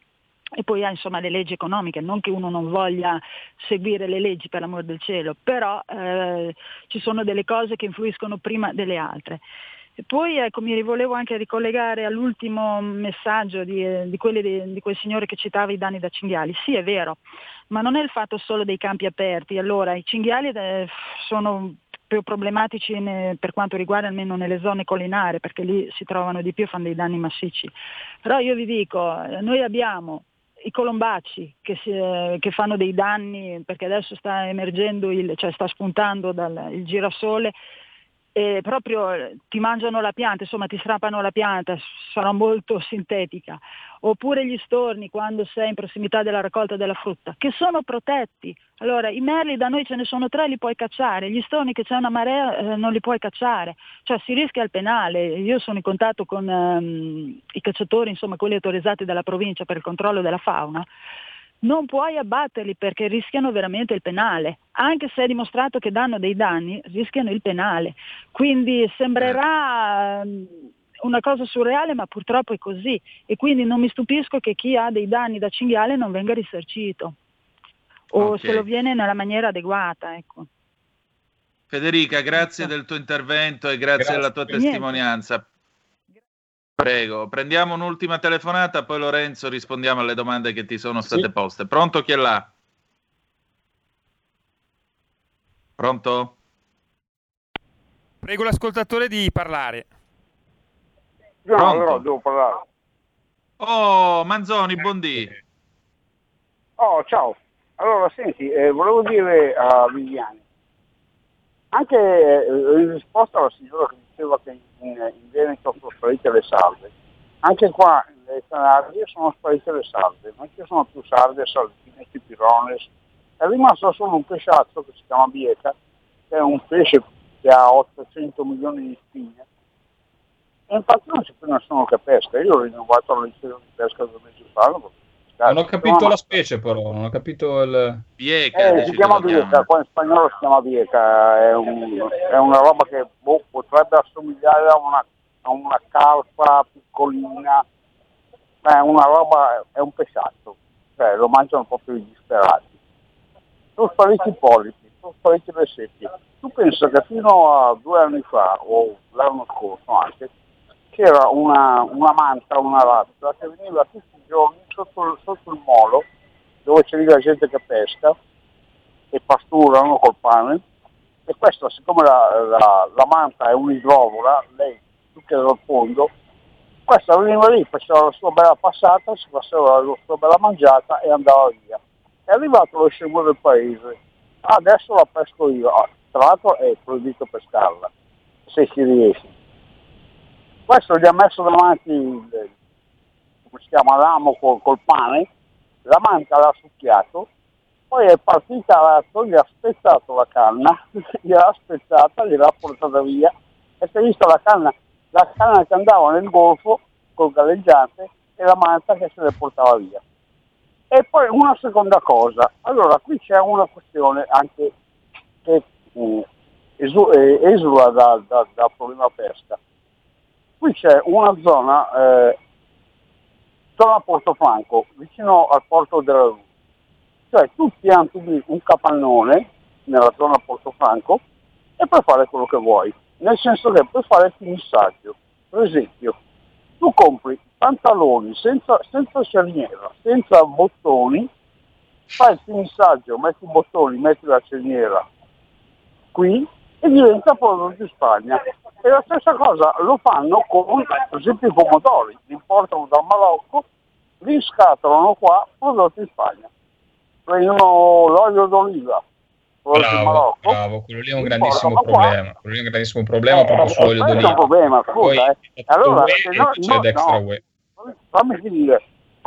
ha le leggi economiche, non che uno non voglia seguire le leggi per l'amor del cielo, però ci sono delle cose che influiscono prima delle altre. E poi mi volevo anche ricollegare all'ultimo messaggio di quel signore che citava i danni da cinghiali. Sì, è vero, ma non è il fatto solo dei campi aperti. Allora, i cinghiali sono più problematici per quanto riguarda almeno nelle zone collinari, perché lì si trovano di più e fanno dei danni massicci. Però io vi dico, noi abbiamo i colombacci che fanno dei danni, perché adesso sta emergendo, sta spuntando il girasole, e proprio ti mangiano la pianta, insomma ti strappano la pianta, sarà molto sintetica. Oppure gli storni quando sei in prossimità della raccolta della frutta, che sono protetti. Allora i merli da noi ce ne sono 3, li puoi cacciare, gli storni che c'è una marea non li puoi cacciare, cioè si rischia il penale. Io sono in contatto con i cacciatori, insomma quelli autorizzati dalla provincia per il controllo della fauna. Non puoi abbatterli perché rischiano veramente il penale, anche se è dimostrato che danno dei danni, rischiano il penale. Quindi sembrerà una cosa surreale, ma purtroppo è così, e quindi non mi stupisco che chi ha dei danni da cinghiale non venga risarcito o se lo viene nella maniera adeguata, ecco. Federica, grazie del tuo intervento e grazie della tua testimonianza. Prego, prendiamo un'ultima telefonata, poi Lorenzo rispondiamo alle domande che ti sono state poste. Pronto, chi è là? Pronto? Prego l'ascoltatore di parlare. No, allora devo parlare. Oh, Manzoni, buondì. Oh, ciao. Allora, senti, volevo dire a Viviani, anche in risposta alla signora che diceva che in Veneto sono sparite le sarde, anche qua nelle Canarie sono sparite le sarde, non ci sono più sarde, sardine, cipirones, è rimasto solo un pesciaccio che si chiama bieca, che è un pesce che ha 800 milioni di spine, e infatti non c'è più nessuno che pesca. Io ho rinnovato la licenza di pesca 2 mesi fa. Non ho capito la specie, però, non ho capito il... Bieca, si chiama bieca, qua in spagnolo si chiama bieca, è una roba che potrebbe assomigliare a una carpa piccolina, è una roba, è un pesciato, cioè lo mangiano proprio i disperati. Sono spariti i polipi, sono spariti le seppie. Tu pensa che fino a 2 anni fa, o l'anno scorso anche, c'era una manta, una razza che veniva tutti i giorni sotto il molo, dove c'è lì la gente che pesca e pasturano col pane, e questa, siccome la manta è un'idrovora, lei succhia dal fondo, questa veniva lì, faceva la sua bella passata, si faceva la sua bella mangiata e andava via. È arrivato lo scemo del paese, adesso la pesco io, tra l'altro è proibito pescarla, se si riesce. Questo gli ha messo davanti, come si chiama, l'amo col pane, la manta l'ha succhiato, poi è partita, gli ha spezzato la canna, gliel'ha spezzata, gliel'ha portata via, e si è vista la canna che andava nel golfo col galleggiante e la manta che se ne portava via. E poi una seconda cosa, allora qui c'è una questione anche che esula dal problema pesca. Qui c'è una zona Portofranco, vicino al porto della Rù. Cioè tu pianti lì un capannone nella zona Portofranco e puoi fare quello che vuoi, nel senso che puoi fare il finissaggio. Per esempio, tu compri pantaloni senza cerniera, senza bottoni, fai il finissaggio, metti i bottoni, metti la cerniera qui e diventa prodotto in Spagna. E la stessa cosa lo fanno con, per esempio, i pomodori, li importano dal Marocco, li scatolano qua, prodotti in Spagna. Prendono l'olio d'oliva, prodotto in Marocco. Bravo, quello lì è un grandissimo problema. Quello lì è un grandissimo problema proprio sull'olio d'oliva. È un problema, scusa. Allora, fammi finire.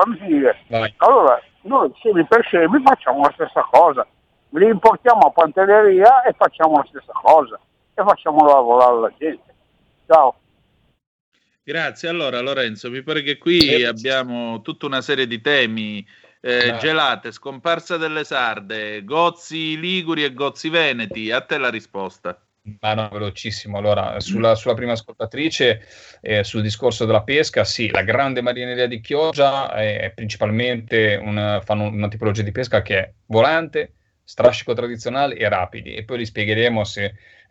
Vai. Allora, noi semi per semi facciamo la stessa cosa. Li importiamo a Pantelleria e facciamo la stessa cosa. E facciamo lavorare la gente. Ciao. Grazie. Allora Lorenzo, mi pare che qui abbiamo tutta una serie di temi, gelate, scomparsa delle sarde, gozzi liguri e gozzi veneti. A te la risposta. Ma no, velocissimo. Allora, sulla prima ascoltatrice, sul discorso della pesca, sì, la grande marineria di Chioggia è principalmente fanno una tipologia di pesca che è volante, strascico tradizionale e rapidi, e poi li spiegheremo se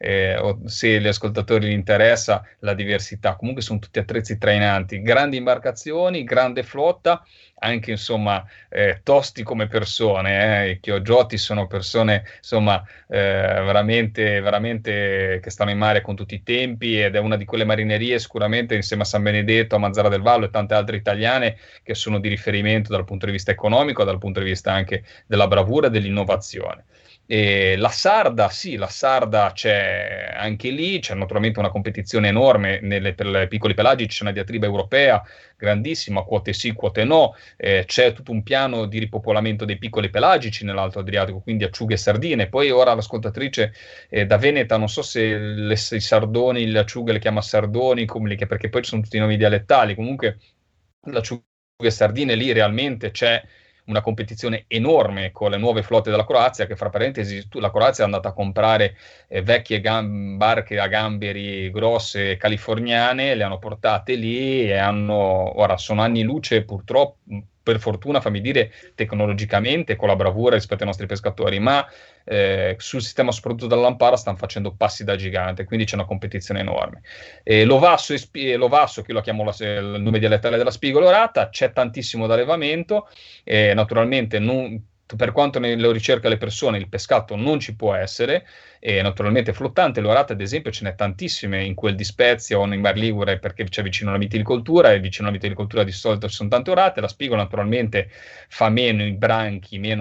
gli ascoltatori gli interessa la diversità. Comunque sono tutti attrezzi trainanti, grandi imbarcazioni, grande flotta, anche insomma tosti come persone. I chioggioti sono persone insomma veramente che stanno in mare con tutti i tempi, ed è una di quelle marinerie sicuramente insieme a San Benedetto, a Mazzara del Vallo e tante altre italiane che sono di riferimento dal punto di vista economico, dal punto di vista anche della bravura e dell'innovazione. E la sarda, sì, la sarda c'è anche lì, c'è naturalmente una competizione enorme per i piccoli pelagici, c'è una diatriba europea grandissima, quote sì, quote no, c'è tutto un piano di ripopolamento dei piccoli pelagici nell'Alto Adriatico, quindi acciughe e sardine. Poi ora l'ascoltatrice da Veneta, non so se i sardoni, le acciughe le chiama sardoni, perché poi ci sono tutti i nomi dialettali, comunque l'acciughe e sardine lì realmente c'è una competizione enorme con le nuove flotte della Croazia, che fra parentesi la Croazia è andata a comprare vecchie barche a gamberi grosse californiane, le hanno portate lì e ora sono anni luce purtroppo, per fortuna fammi dire, tecnologicamente con la bravura rispetto ai nostri pescatori, ma sul sistema soprattutto dall'Ampara stanno facendo passi da gigante, quindi c'è una competizione enorme. Lovasso, che io lo chiamo il nome dialettale della spigolorata, c'è tantissimo d'allevamento, naturalmente per quanto lo ricerca le persone, il pescato non ci può essere, e naturalmente flottante, l'orata ad esempio ce n'è tantissime in quel di Spezia o in Mar Ligure, perché c'è vicino alla vitilicoltura, e vicino alla vitilicoltura di solito ci sono tante orate. La spigola naturalmente fa meno i branchi, meno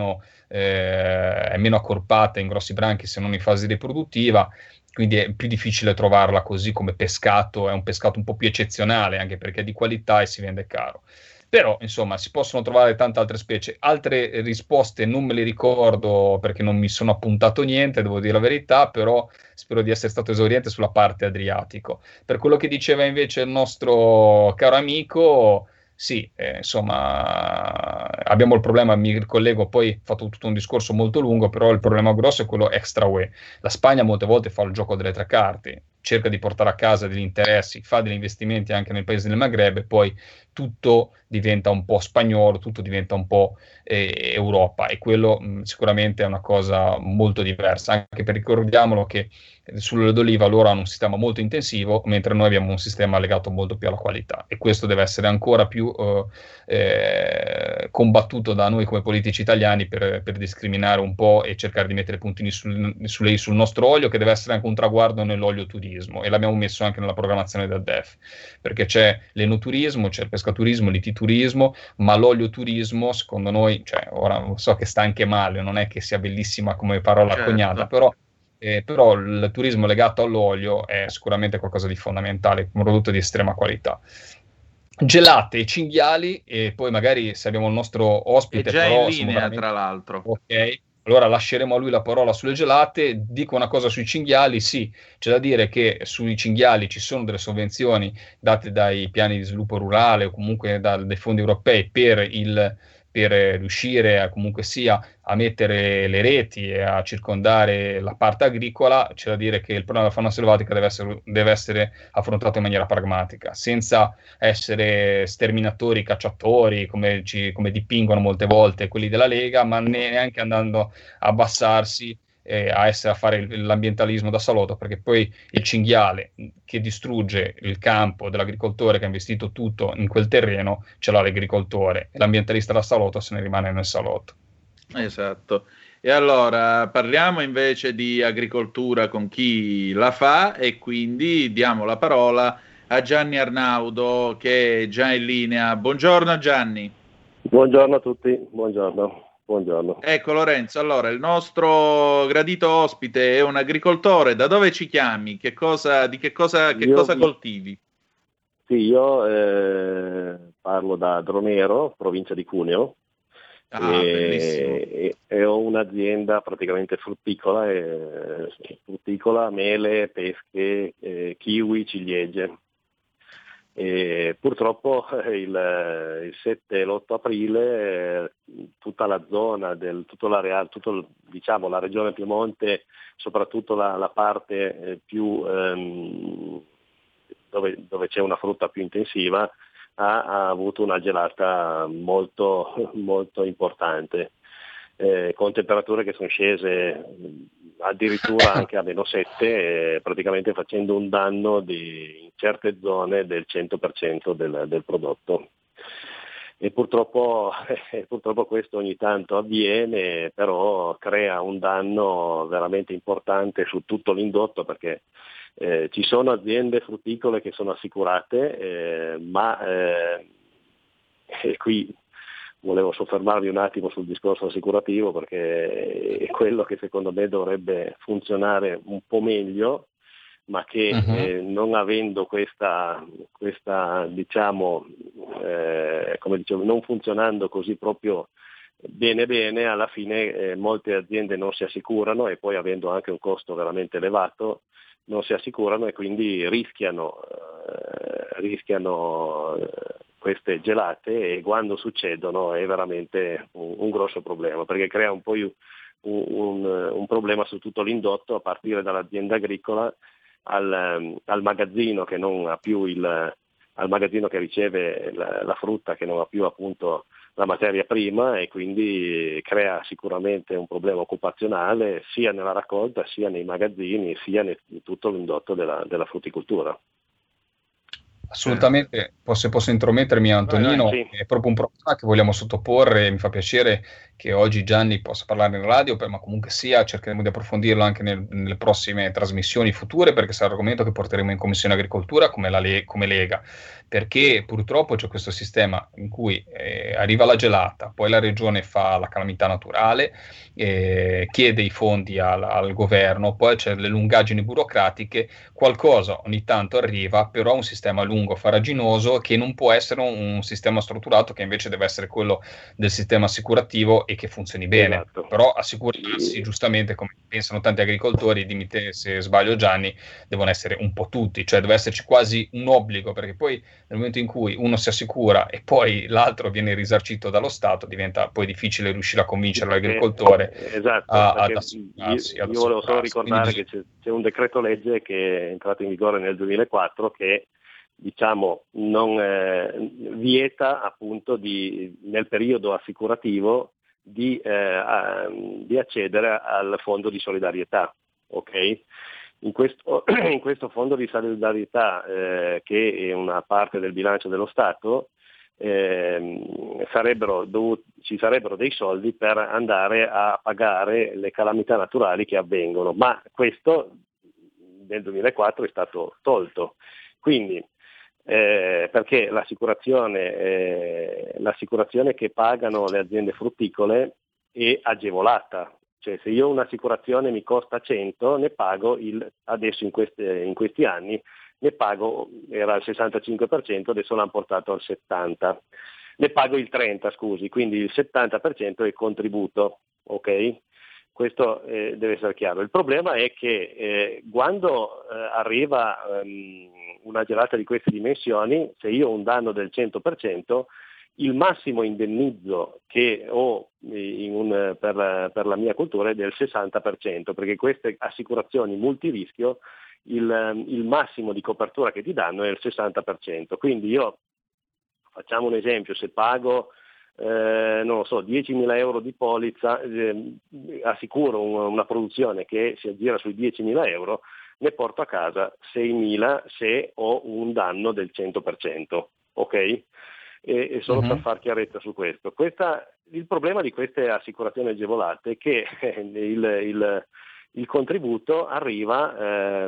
è meno accorpata in grossi branchi se non in fase riproduttiva, quindi è più difficile trovarla così come pescato, è un pescato un po' più eccezionale, anche perché è di qualità e si vende caro. Però, insomma, si possono trovare tante altre specie. Altre risposte non me le ricordo perché non mi sono appuntato niente, devo dire la verità, però spero di essere stato esauriente sulla parte Adriatico. Per quello che diceva invece il nostro caro amico, sì, insomma, abbiamo il problema, mi ricollego, poi ho fatto tutto un discorso molto lungo, però il problema grosso è quello extra UE. La Spagna molte volte fa il gioco delle tre carte, cerca di portare a casa degli interessi, fa degli investimenti anche nei paesi del Maghreb e poi tutto diventa un po' spagnolo, tutto diventa un po' Europa, e quello sicuramente è una cosa molto diversa, anche perché ricordiamolo che sull'olio d'oliva loro hanno un sistema molto intensivo, mentre noi abbiamo un sistema legato molto più alla qualità, e questo deve essere ancora più combattuto da noi come politici italiani per discriminare un po' e cercare di mettere puntini sul nostro olio, che deve essere anche un traguardo nell'olio turismo, e l'abbiamo messo anche nella programmazione del DEF, perché c'è l'enoturismo, c'è il pescaturismo, l'ititurismo, ma l'olio turismo secondo noi, cioè, ora so che sta anche male, non è che sia bellissima come parola coniata, però il turismo legato all'olio è sicuramente qualcosa di fondamentale, un prodotto di estrema qualità. Gelate e cinghiali, e poi magari se abbiamo il nostro ospite, è già però in linea, tra l'altro. Ok, allora lasceremo a lui la parola sulle gelate. Dico una cosa sui cinghiali, sì, c'è da dire che sui cinghiali ci sono delle sovvenzioni date dai piani di sviluppo rurale o comunque dai fondi europei per riuscire a, comunque sia, a mettere le reti e a circondare la parte agricola. C'è da dire che il problema della fauna selvatica deve essere affrontato in maniera pragmatica, senza essere sterminatori, cacciatori, come dipingono molte volte quelli della Lega, ma neanche andando a abbassarsi a fare l'ambientalismo da salotto, perché poi il cinghiale che distrugge il campo dell'agricoltore che ha investito tutto in quel terreno ce l'ha l'agricoltore, e l'ambientalista da salotto se ne rimane nel salotto. Esatto. E allora parliamo invece di agricoltura con chi la fa, e quindi diamo la parola a Gianni Arnaudo, che è già in linea. Buongiorno Gianni. Buongiorno a tutti, buongiorno. Ecco Lorenzo, allora il nostro gradito ospite è un agricoltore. Da dove ci chiami? Che cosa coltivi? Sì, io parlo da Dronero, provincia di Cuneo, e ho un'azienda praticamente frutticola, mele, pesche, kiwi, ciliegie. E purtroppo il 7 e l'8 aprile tutta la zona la regione Piemonte, soprattutto la parte più dove c'è una frutta più intensiva, ha avuto una gelata molto, molto importante, con temperature che sono scese addirittura anche a -7, praticamente facendo un danno in certe zone del 100% del prodotto. E purtroppo questo ogni tanto avviene, però crea un danno veramente importante su tutto l'indotto, perché ci sono aziende frutticole che sono assicurate, ma qui volevo soffermarmi un attimo sul discorso assicurativo, perché è quello che secondo me dovrebbe funzionare un po' meglio, ma che non avendo questa diciamo, come dicevo, non funzionando così proprio bene, alla fine molte aziende non si assicurano, e poi avendo anche un costo veramente elevato non si assicurano, e quindi rischiano queste gelate, e quando succedono è veramente un grosso problema, perché crea un po' un problema su tutto l'indotto, a partire dall'azienda agricola al magazzino che non ha più al magazzino che riceve la frutta, che non ha più appunto la materia prima, e quindi crea sicuramente un problema occupazionale sia nella raccolta, sia nei magazzini, sia in tutto l'indotto della frutticoltura. Assolutamente, se posso intromettermi Antonino, sì. è proprio un problema che vogliamo sottoporre, mi fa piacere che oggi Gianni possa parlare in radio, ma comunque sia cercheremo di approfondirlo anche nelle prossime trasmissioni future, perché sarà un argomento che porteremo in Commissione Agricoltura come Lega, perché purtroppo c'è questo sistema in cui arriva la gelata, poi la regione fa la calamità naturale, chiede i fondi al governo, poi c'è le lungaggini burocratiche, qualcosa ogni tanto arriva, però è un sistema lungo, farraginoso, che non può essere un sistema strutturato, che invece deve essere quello del sistema assicurativo e che funzioni bene. Esatto. Però assicurarsi, giustamente, come pensano tanti agricoltori, dimmi te se sbaglio Gianni, devono essere un po' tutti, cioè deve esserci quasi un obbligo, perché poi nel momento in cui uno si assicura e poi l'altro viene risarcito dallo Stato, diventa poi difficile riuscire a convincere l'agricoltore ad assicurarsi. Io volevo solo ricordare che c'è un decreto legge che è entrato in vigore nel 2004 che non vieta appunto nel periodo assicurativo di accedere al fondo di solidarietà, ok? In questo fondo di solidarietà, che è una parte del bilancio dello Stato, ci sarebbero dei soldi per andare a pagare le calamità naturali che avvengono, ma questo nel 2004 è stato tolto. Quindi perché l'assicurazione che pagano le aziende frutticole è agevolata, cioè se io un'assicurazione mi costa 100, ne pago adesso in questi anni ne pago, era il 65%, adesso l'hanno portato al 70%, ne pago il 30%, scusi, quindi il 70% è il contributo, ok? Questo deve essere chiaro. Il problema è che quando arriva una gelata di queste dimensioni, se io ho un danno del 100%, il massimo indennizzo che ho per la mia cultura è del 60%, perché queste assicurazioni multirischio il massimo di copertura che ti danno è il 60%. Quindi io, facciamo un esempio, se pago 10.000 euro di polizza, assicuro una produzione che si aggira sui 10.000 euro, ne porto a casa 6.000 se ho un danno del 100%, ok? E solo per far chiarezza su questo. Il problema di queste assicurazioni agevolate è che il contributo arriva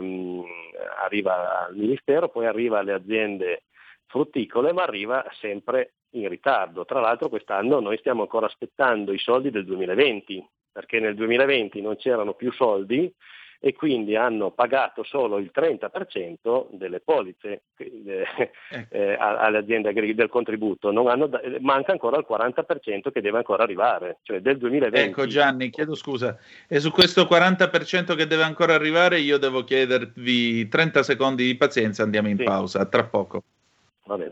al Ministero, poi arriva alle aziende frutticole, ma arriva sempre in ritardo. Tra l'altro quest'anno noi stiamo ancora aspettando i soldi del 2020, perché nel 2020 non c'erano più soldi e quindi hanno pagato solo il 30% delle polizze alle aziende del contributo, manca ancora il 40% che deve ancora arrivare, cioè del 2020. Ecco Gianni, chiedo scusa, e su questo 40% che deve ancora arrivare io devo chiedervi 30 secondi di pazienza, andiamo in pausa, tra poco. Va bene.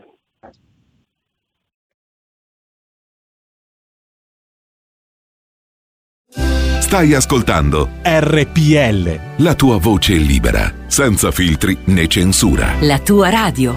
Stai ascoltando RPL, la tua voce libera, senza filtri né censura. La tua radio.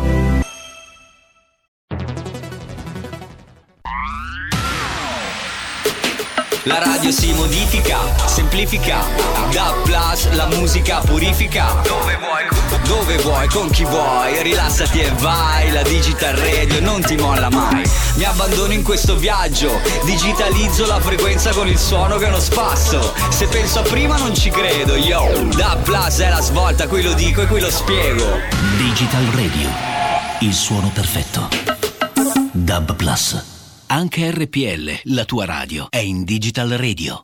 La radio si modifica, semplifica, da plus la musica purifica. Dove vuoi, con chi vuoi, rilassati e vai. La Digital Radio non ti molla mai. Mi abbandono in questo viaggio, digitalizzo la frequenza con il suono che è uno spasso. Se penso a prima non ci credo, yo. Da plus è la svolta, qui lo dico e qui lo spiego. Digital Radio, il suono perfetto. DAB Plus. Anche RPL, la tua radio, è in Digital Radio.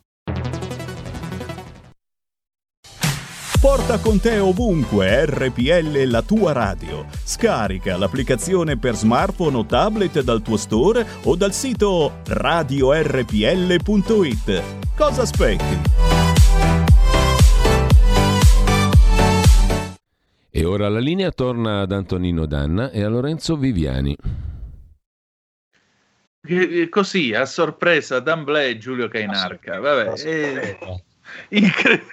Porta con te ovunque RPL, la tua radio. Scarica l'applicazione per smartphone o tablet dal tuo store o dal sito radiorpl.it. Cosa aspetti? E ora la linea torna ad Antonino Danna e a Lorenzo Viviani. Così, a sorpresa, d'amblè Giulio Cainarca. Vabbè, incredibile.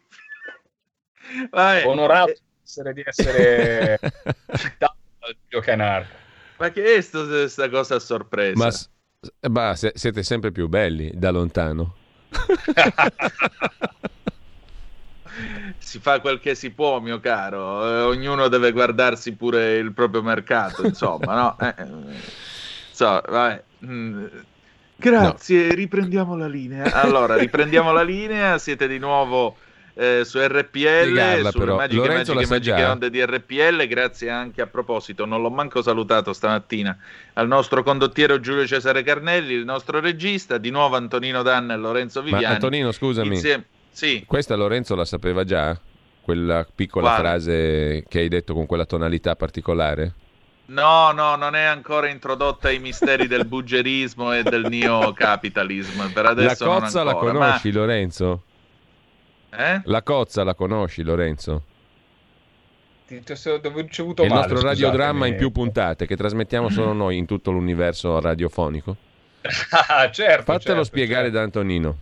Vabbè. Onorato di essere citato da Giulio Cainarca. Ma che è questa cosa a sorpresa? Ma siete sempre più belli da lontano. si fa quel che si può, mio caro, ognuno deve guardarsi pure il proprio mercato, insomma, no? Vabbè. Grazie, riprendiamo la linea. Allora, riprendiamo la linea, siete di nuovo su RPL, sulle magiche onde di RPL. Grazie anche, a proposito, non l'ho manco salutato stamattina, al nostro condottiero Giulio Cesare Carnelli, il nostro regista, di nuovo Antonino Danna e Lorenzo Viviani. Ma Antonino, scusami, sì. Questa Lorenzo la sapeva già? Quella piccola frase che hai detto con quella tonalità particolare? No, non è ancora introdotta ai misteri del buggerismo e del neocapitalismo. Per adesso la cozza non ancora, la conosci, Lorenzo? La cozza la conosci, Lorenzo? Dove ho ricevuto il male, nostro radiodramma scusatemi. in più puntate che trasmettiamo solo noi in tutto l'universo radiofonico. Certo, Fatelo spiegare da Antonino.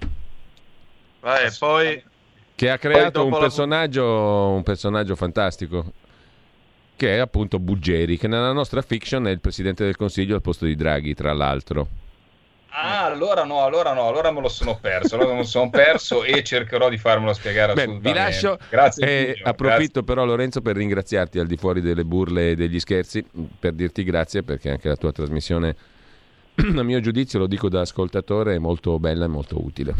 Poi che ha creato dopo un personaggio fantastico, che è appunto Buggeri, che nella nostra fiction è il presidente del Consiglio al posto di Draghi, tra l'altro. Allora me lo sono perso, e cercherò di farmelo spiegare assolutamente. Vi lascio. Grazie. Giulio, approfitto però, Lorenzo, per ringraziarti al di fuori delle burle e degli scherzi, per dirti grazie, perché anche la tua trasmissione, a mio giudizio, lo dico da ascoltatore, è molto bella e molto utile.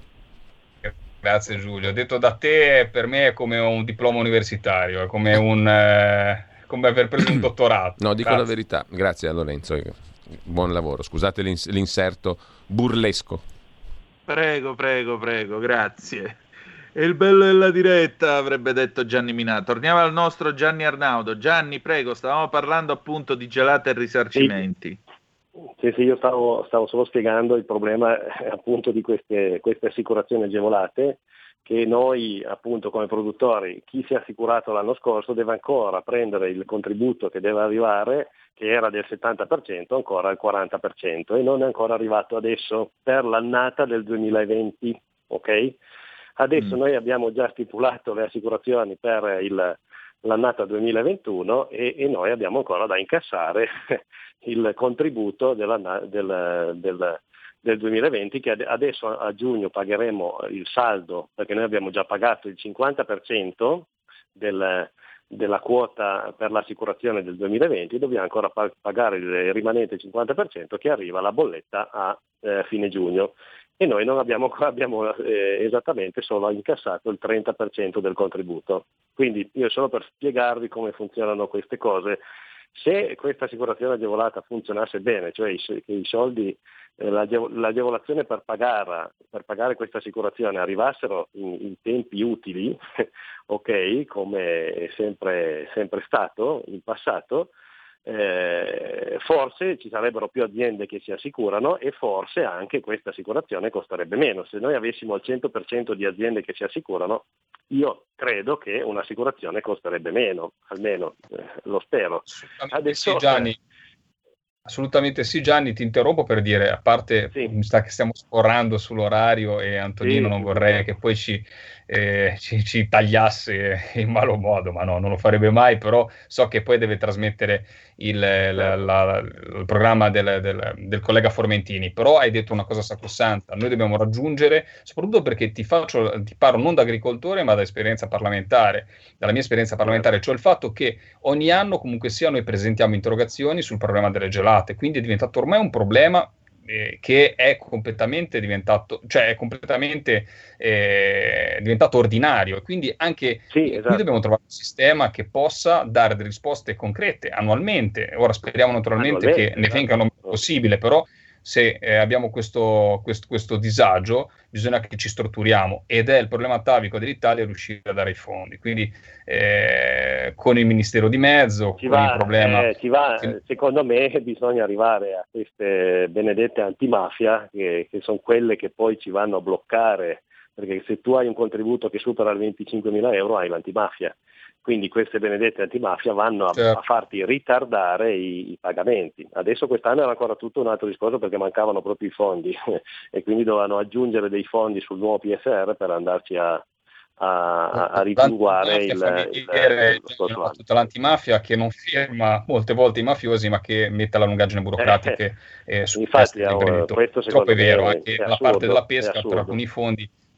Grazie Giulio. Detto da te, per me è come un diploma universitario, è come come aver preso un dottorato. No, dico la verità. Grazie a Lorenzo. Buon lavoro. Scusate l'inserto burlesco. Prego, grazie. E il bello della diretta, avrebbe detto Gianni Minà. Torniamo al nostro Gianni Arnaudo. Gianni, prego, stavamo parlando appunto di gelate e risarcimenti. Sì, io stavo solo spiegando il problema appunto di queste assicurazioni agevolate, che noi appunto come produttori, chi si è assicurato l'anno scorso deve ancora prendere il contributo che deve arrivare, che era del 70%, ancora al 40%, e non è ancora arrivato adesso per l'annata del 2020, ok? Adesso noi abbiamo già stipulato le assicurazioni per l'annata 2021 e noi abbiamo ancora da incassare il contributo del 2020, che adesso a giugno pagheremo il saldo, perché noi abbiamo già pagato il 50% della quota per l'assicurazione del 2020, dobbiamo ancora pagare il rimanente 50% che arriva alla bolletta a fine giugno, e noi non abbiamo esattamente solo incassato il 30% del contributo. Quindi io solo per spiegarvi come funzionano queste cose, se questa assicurazione agevolata funzionasse bene, cioè che i soldi, l'agevolazione per pagare questa assicurazione arrivassero in tempi utili, ok, come è sempre stato in passato, forse ci sarebbero più aziende che si assicurano e forse anche questa assicurazione costerebbe meno. Se noi avessimo il 100% di aziende che si assicurano, io credo che un'assicurazione costerebbe meno, almeno lo spero. Adesso, sì, Gianni. Assolutamente sì, Gianni, ti interrompo per dire, a parte mi sta che stiamo scorrendo sull'orario e Antonino non vorrei che poi ci tagliasse in malo modo, ma no, non lo farebbe mai, però so che poi deve trasmettere il programma del collega Formentini, però hai detto una cosa sacrosanta, noi dobbiamo raggiungere, soprattutto perché ti parlo non da agricoltore ma da esperienza parlamentare, dalla mia esperienza parlamentare, cioè il fatto che ogni anno comunque sia noi presentiamo interrogazioni sul problema delle gelate, quindi è diventato ormai un problema che è completamente diventato, diventato ordinario, e quindi anche qui dobbiamo trovare un sistema che possa dare delle risposte concrete annualmente. Ora speriamo naturalmente che ne vengano il meno possibile, però se abbiamo questo disagio bisogna che ci strutturiamo, ed è il problema atavico dell'Italia riuscire a dare i fondi, quindi con il Ministero di Mezzo, il problema secondo me bisogna arrivare a queste benedette antimafia che sono quelle che poi ci vanno a bloccare, perché se tu hai un contributo che supera i 25.000 euro hai l'antimafia. Quindi queste benedette antimafia vanno a farti ritardare i pagamenti. Adesso quest'anno era ancora tutto un altro discorso perché mancavano proprio i fondi e quindi dovevano aggiungere dei fondi sul nuovo PSR per andarci a rimpinguare tutta l'antimafia che non firma molte volte i mafiosi, ma che mette la lungaggine burocratica su infatti, questo questo troppo è vero, me anche è la assurdo, parte della pesca per alcuni fondi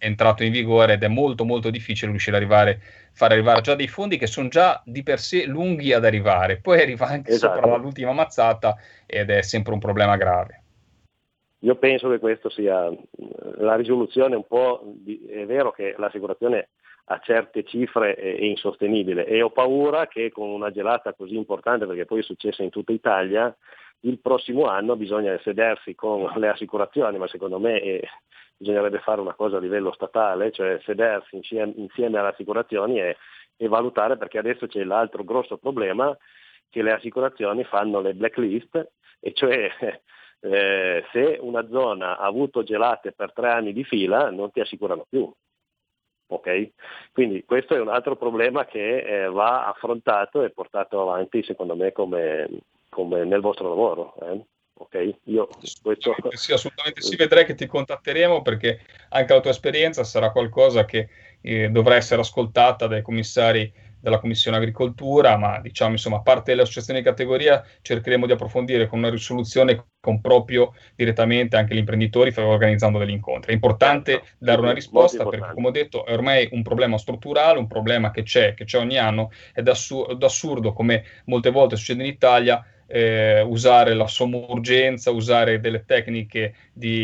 è entrato in vigore ed è molto molto difficile riuscire a far arrivare già dei fondi che sono già di per sé lunghi ad arrivare, poi arriva anche sopra l'ultima mazzata ed è sempre un problema grave. Io penso che questo sia la risoluzione un po', è vero che l'assicurazione a certe cifre è insostenibile e ho paura che con una gelata così importante, perché poi è successa in tutta Italia, il prossimo anno bisogna sedersi con le assicurazioni, ma secondo me bisognerebbe fare una cosa a livello statale, cioè sedersi insieme alle assicurazioni e valutare, perché adesso c'è l'altro grosso problema che le assicurazioni fanno le blacklist, e cioè se una zona ha avuto gelate per 3 anni di fila non ti assicurano più. Ok? Quindi questo è un altro problema che va affrontato e portato avanti secondo me come nel vostro lavoro. Ok? Sì, assolutamente sì, vedrai che ti contatteremo perché anche la tua esperienza sarà qualcosa che dovrà essere ascoltata dai commissari della Commissione Agricoltura, ma diciamo insomma, a parte le associazioni di categoria cercheremo di approfondire con una risoluzione con proprio direttamente anche gli imprenditori organizzando degli incontri. È importante dare una risposta perché, come ho detto, è ormai un problema strutturale, un problema che c'è ogni anno, ed è assurdo come molte volte succede in Italia usare la somma urgenza, usare delle tecniche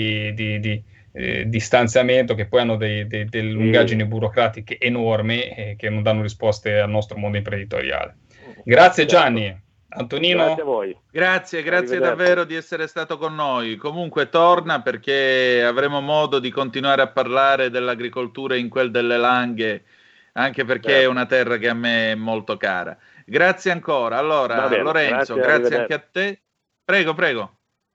di stanziamento che poi hanno delle lungaggini burocratiche enormi che non danno risposte al nostro mondo imprenditoriale. Grazie Gianni. Antonino? Grazie a voi. Grazie davvero di essere stato con noi. Comunque torna perché avremo modo di continuare a parlare dell'agricoltura in quel delle Langhe, anche perché è una terra che a me è molto cara. Grazie ancora. Allora, bene, Lorenzo, grazie anche a te. Prego.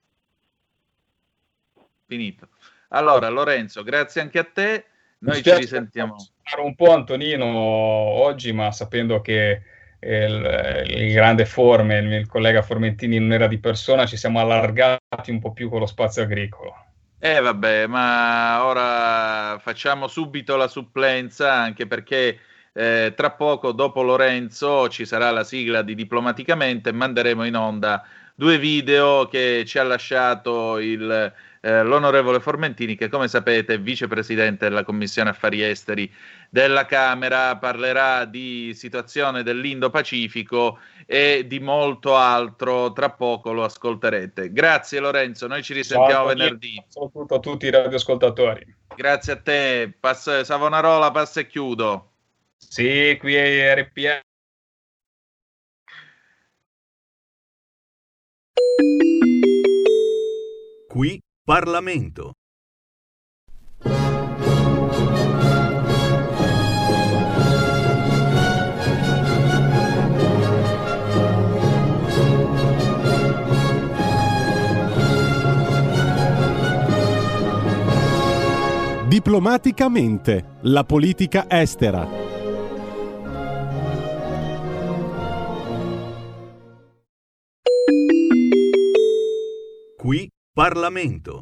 Finito. Allora, Lorenzo, grazie anche a te. Noi ci risentiamo. Un po' Antonino oggi, ma sapendo che il grande Forme, il collega Formentini non era di persona, ci siamo allargati un po' più con lo spazio agricolo. Vabbè, ma ora facciamo subito la supplenza, anche perché tra poco, dopo Lorenzo, ci sarà la sigla di Diplomaticamente e manderemo in onda 2 video che ci ha lasciato l'onorevole Formentini, che come sapete è vicepresidente della Commissione Affari Esteri della Camera. Parlerà di situazione dell'Indo-Pacifico e di molto altro. Tra poco lo ascolterete. Grazie Lorenzo, noi ci risentiamo venerdì. Soprattutto a tutti i radioascoltatori. Grazie a te. Savonarola, passa e chiudo. Sì, qui è RPL. Qui Parlamento. Diplomaticamente, la politica estera. Qui Parlamento.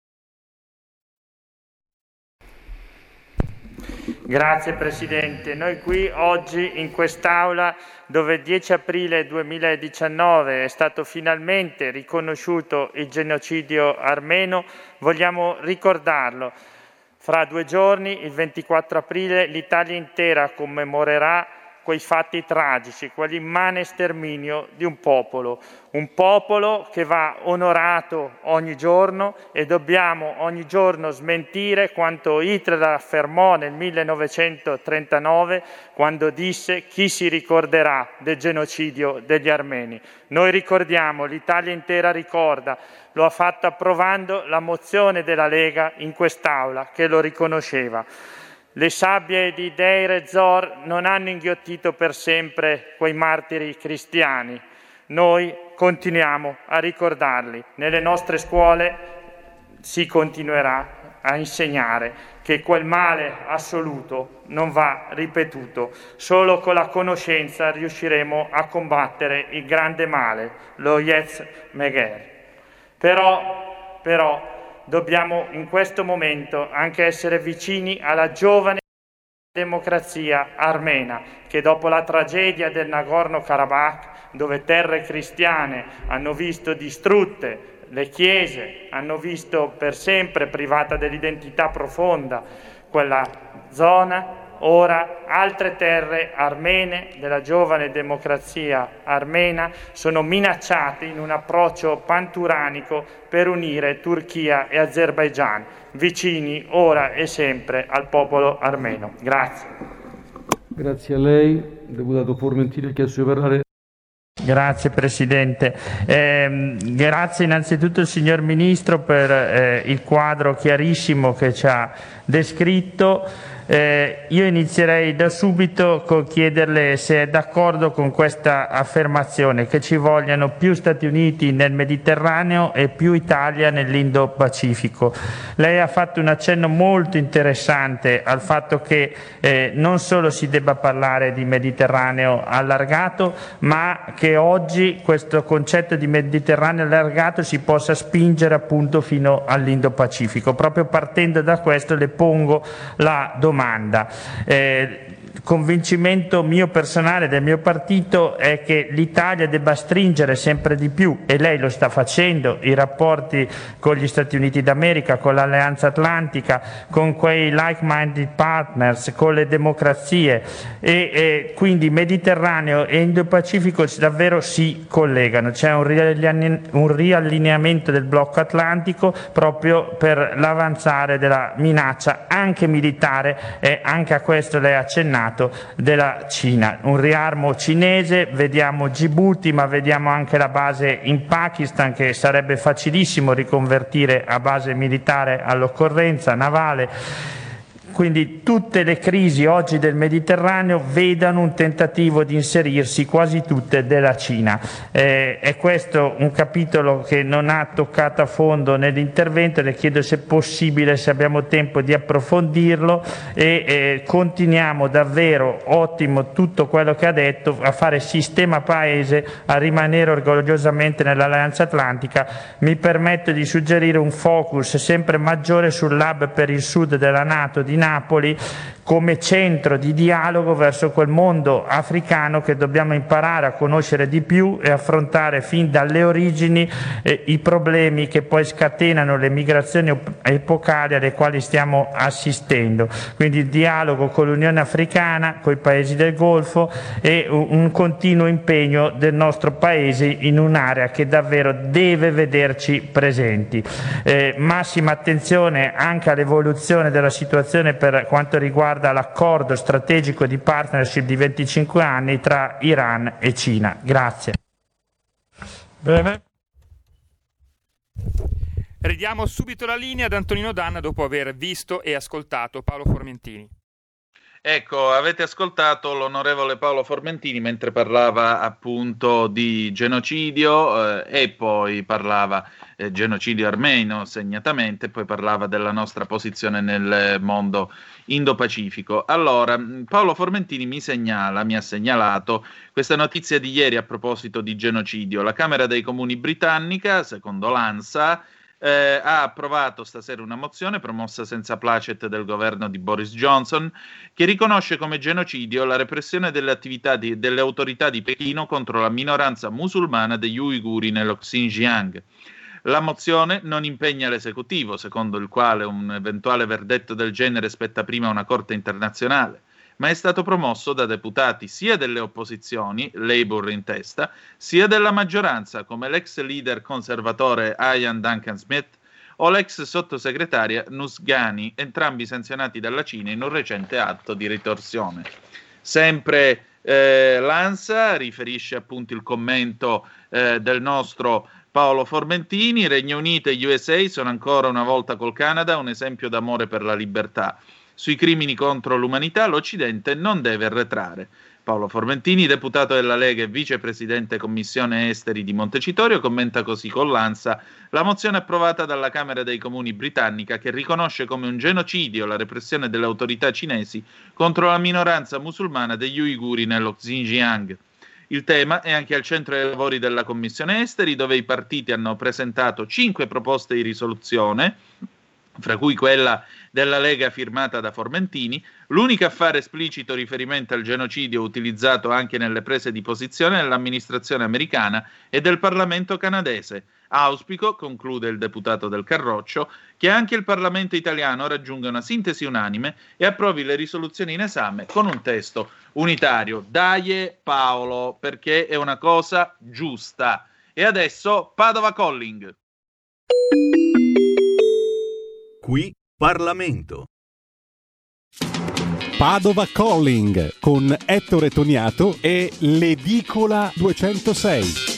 Grazie Presidente. Noi qui oggi in quest'Aula, dove il 10 aprile 2019 è stato finalmente riconosciuto il genocidio armeno, vogliamo ricordarlo. Fra 2 giorni, il 24 aprile, l'Italia intera commemorerà quei fatti tragici, quell'immane sterminio di un popolo che va onorato ogni giorno, e dobbiamo ogni giorno smentire quanto Hitler affermò nel 1939 quando disse: chi si ricorderà del genocidio degli armeni. Noi ricordiamo, l'Italia intera ricorda, lo ha fatto approvando la mozione della Lega in quest'Aula che lo riconosceva. Le sabbie di Deir ez-Zor non hanno inghiottito per sempre quei martiri cristiani. Noi continuiamo a ricordarli. Nelle nostre scuole si continuerà a insegnare che quel male assoluto non va ripetuto. Solo con la conoscenza riusciremo a combattere il grande male, lo Yetz Meger. Però dobbiamo in questo momento anche essere vicini alla giovane democrazia armena, che dopo la tragedia del Nagorno-Karabakh, dove terre cristiane hanno visto distrutte le chiese, hanno visto per sempre privata dell'identità profonda quella zona. Ora altre terre armene della giovane democrazia armena sono minacciate in un approccio panturanico per unire Turchia e Azerbaigian, vicini ora e sempre al popolo armeno. Grazie. Grazie a lei. Deputato Formentini ha chiesto di parlare. Grazie Presidente. Grazie innanzitutto al signor Ministro per il quadro chiarissimo che ci ha descritto. Io inizierei da subito con chiederle se è d'accordo con questa affermazione, che ci vogliano più Stati Uniti nel Mediterraneo e più Italia nell'Indo-Pacifico. Lei ha fatto un accenno molto interessante al fatto che non solo si debba parlare di Mediterraneo allargato, ma che oggi questo concetto di Mediterraneo allargato si possa spingere appunto fino all'Indo-Pacifico. Proprio partendo da questo le pongo la domanda. Convincimento mio personale del mio partito è che l'Italia debba stringere sempre di più, e lei lo sta facendo, i rapporti con gli Stati Uniti d'America, con l'Alleanza Atlantica, con quei like-minded partners, con le democrazie, e quindi Mediterraneo e Indo-Pacifico davvero si collegano. C'è un riallineamento del blocco atlantico proprio per l'avanzare della minaccia anche militare, e anche a questo lei ha accennato, della Cina. Un riarmo cinese, vediamo Djibouti, ma vediamo anche la base in Pakistan, che sarebbe facilissimo riconvertire a base militare all'occorrenza navale. Quindi tutte le crisi oggi del Mediterraneo vedano un tentativo di inserirsi, quasi tutte della Cina. È questo un capitolo che non ha toccato a fondo nell'intervento, le chiedo se è possibile, se abbiamo tempo di approfondirlo, e continuiamo davvero, ottimo tutto quello che ha detto, a fare sistema paese, a rimanere orgogliosamente nell'Alleanza Atlantica. Mi permetto di suggerire un focus sempre maggiore sull'hub per il sud della NATO di Napoli, come centro di dialogo verso quel mondo africano che dobbiamo imparare a conoscere di più e affrontare fin dalle origini i problemi che poi scatenano le migrazioni epocali alle quali stiamo assistendo. Quindi il dialogo con l'Unione Africana, con i paesi del Golfo, e un continuo impegno del nostro Paese in un'area che davvero deve vederci presenti. Massima attenzione anche all'evoluzione della situazione per quanto riguarda l'accordo strategico di partnership di 25 anni tra Iran e Cina. Grazie. Bene. Ridiamo subito la linea ad Antonino Danna dopo aver visto e ascoltato Paolo Formentini. Ecco, avete ascoltato l'onorevole Paolo Formentini mentre parlava appunto di genocidio e poi parlava genocidio armeno segnatamente, poi parlava della nostra posizione nel mondo Indo-Pacifico. Allora, Paolo Formentini mi ha segnalato questa notizia di ieri a proposito di genocidio. La Camera dei Comuni britannica, secondo l'ANSA, ha approvato stasera una mozione promossa senza placet del governo di Boris Johnson che riconosce come genocidio la repressione delle attività delle autorità di Pechino contro la minoranza musulmana degli uiguri nello Xinjiang. La mozione non impegna l'esecutivo, secondo il quale un eventuale verdetto del genere spetta prima a una corte internazionale, ma è stato promosso da deputati sia delle opposizioni, Labour in testa, sia della maggioranza, come l'ex leader conservatore Ian Duncan Smith o l'ex sottosegretaria Nusghani, entrambi sanzionati dalla Cina in un recente atto di ritorsione. Sempre l'ANSA riferisce appunto il commento del nostro Paolo Formentini: Regno Unito e USA sono ancora una volta col Canada un esempio d'amore per la libertà. Sui crimini contro l'umanità l'Occidente non deve arretrare. Paolo Formentini, deputato della Lega e vicepresidente Commissione Esteri di Montecitorio, commenta così con l'ANSA la mozione approvata dalla Camera dei Comuni britannica che riconosce come un genocidio la repressione delle autorità cinesi contro la minoranza musulmana degli uiguri nello Xinjiang. Il tema è anche al centro dei lavori della Commissione Esteri, dove i partiti hanno presentato 5 proposte di risoluzione fra cui quella della Lega firmata da Formentini, l'unico a fare esplicito riferimento al genocidio utilizzato anche nelle prese di posizione dell'amministrazione americana e del Parlamento canadese. Auspico, conclude il deputato del Carroccio, che anche il Parlamento italiano raggiunga una sintesi unanime e approvi le risoluzioni in esame con un testo unitario. Dai Paolo, perché è una cosa giusta. E adesso Padova Calling. Qui Parlamento. Padova Calling con Ettore Toniato e l'Edicola 206.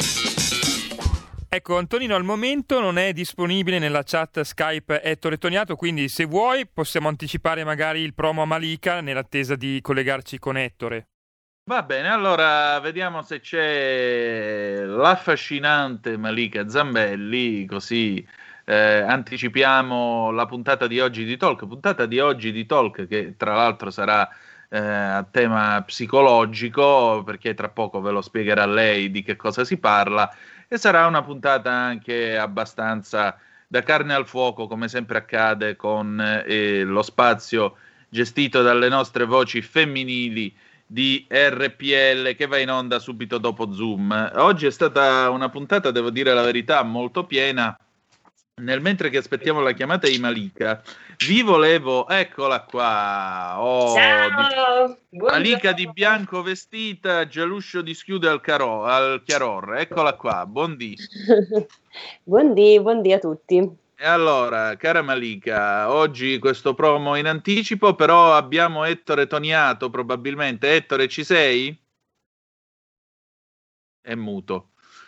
Ecco, Antonino al momento non è disponibile nella chat Skype Ettore Toniato, quindi se vuoi possiamo anticipare magari il promo a Malika nell'attesa di collegarci con Ettore. Va bene, allora vediamo se c'è l'affascinante Malika Zambelli, così anticipiamo la puntata di oggi di Talk, che tra l'altro sarà a tema psicologico, perché tra poco ve lo spiegherà lei di che cosa si parla, e sarà una puntata anche abbastanza da carne al fuoco, come sempre accade con lo spazio gestito dalle nostre voci femminili di RPL, che va in onda subito dopo Zoom. Oggi è stata una puntata, devo dire la verità, molto piena. Nel mentre che aspettiamo la chiamata di Malika, vi volevo, eccola qua, Ciao, Malika di bianco vestita, Gialuscio di schiude al chiaror, eccola qua, buondì. Buondì a tutti. E allora, cara Malika, oggi questo promo in anticipo, però abbiamo Ettore Toniato probabilmente. Ettore, ci sei? È muto.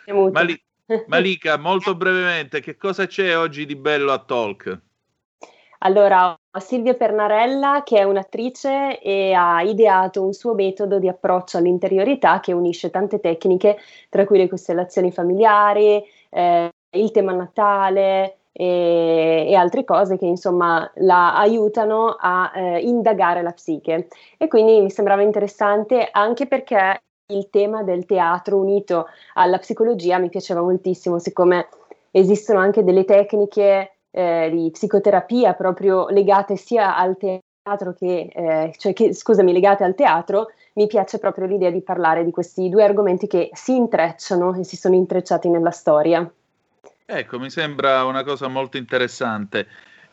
Malika, molto brevemente, che cosa c'è oggi di bello a Talk? Allora, ho Silvia Pernarella, che è un'attrice e ha ideato un suo metodo di approccio all'interiorità che unisce tante tecniche, tra cui le costellazioni familiari, il tema natale e altre cose che insomma la aiutano a indagare la psiche. E quindi mi sembrava interessante anche perché il tema del teatro unito alla psicologia mi piaceva moltissimo, siccome esistono anche delle tecniche di psicoterapia proprio legate sia al teatro legate al teatro. Mi piace proprio l'idea di parlare di questi due argomenti che si intrecciano e si sono intrecciati nella storia. Ecco, mi sembra una cosa molto interessante.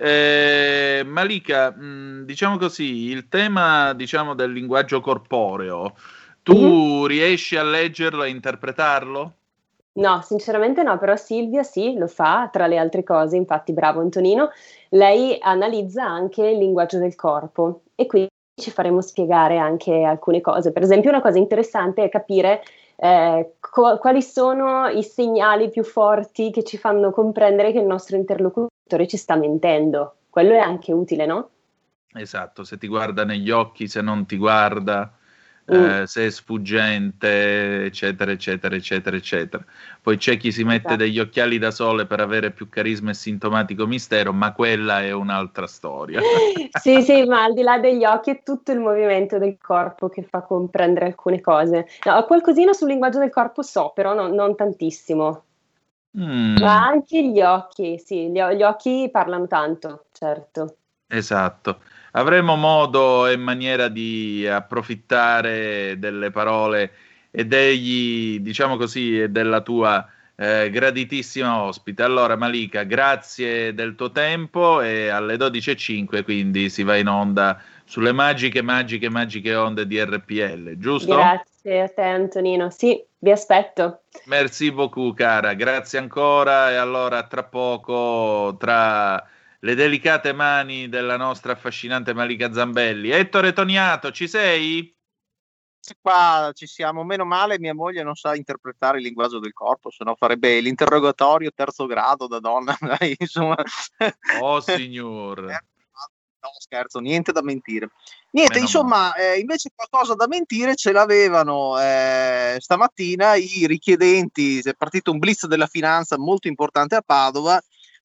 Malika, diciamo così, il tema, diciamo, del linguaggio corporeo, tu riesci a leggerlo e interpretarlo? No, sinceramente no, però Silvia sì, lo fa, tra le altre cose, infatti bravo Antonino, lei analizza anche il linguaggio del corpo e quindi ci faremo spiegare anche alcune cose. Per esempio, una cosa interessante è capire quali sono i segnali più forti che ci fanno comprendere che il nostro interlocutore ci sta mentendo. Quello è anche utile, no? Esatto, se ti guarda negli occhi, se non ti guarda, se è sfuggente, eccetera, eccetera, eccetera, eccetera. Poi c'è chi si mette degli occhiali da sole per avere più carisma e sintomatico mistero, ma quella è un'altra storia. Sì, ma al di là degli occhi è tutto il movimento del corpo che fa comprendere alcune cose. No, qualcosina sul linguaggio del corpo so, però non tantissimo. Ma anche gli occhi, sì, gli occhi parlano tanto, certo. Esatto. Avremo modo e maniera di approfittare delle parole e degli, diciamo così, e della tua graditissima ospite. Allora Malika, grazie del tuo tempo, e alle 12.05 quindi si va in onda sulle magiche onde di RPL, giusto? Grazie a te Antonino, sì, vi aspetto. Merci beaucoup cara, grazie ancora, e allora tra poco, tra le delicate mani della nostra affascinante Malika Zambelli. Ettore Toniato, ci sei? Qua ci siamo, meno male mia moglie non sa interpretare il linguaggio del corpo, sennò farebbe l'interrogatorio terzo grado da donna. Insomma. Oh signor. No, scherzo, niente da mentire. Niente, insomma, invece qualcosa da mentire ce l'avevano stamattina i richiedenti. È partito un blitz della finanza molto importante a Padova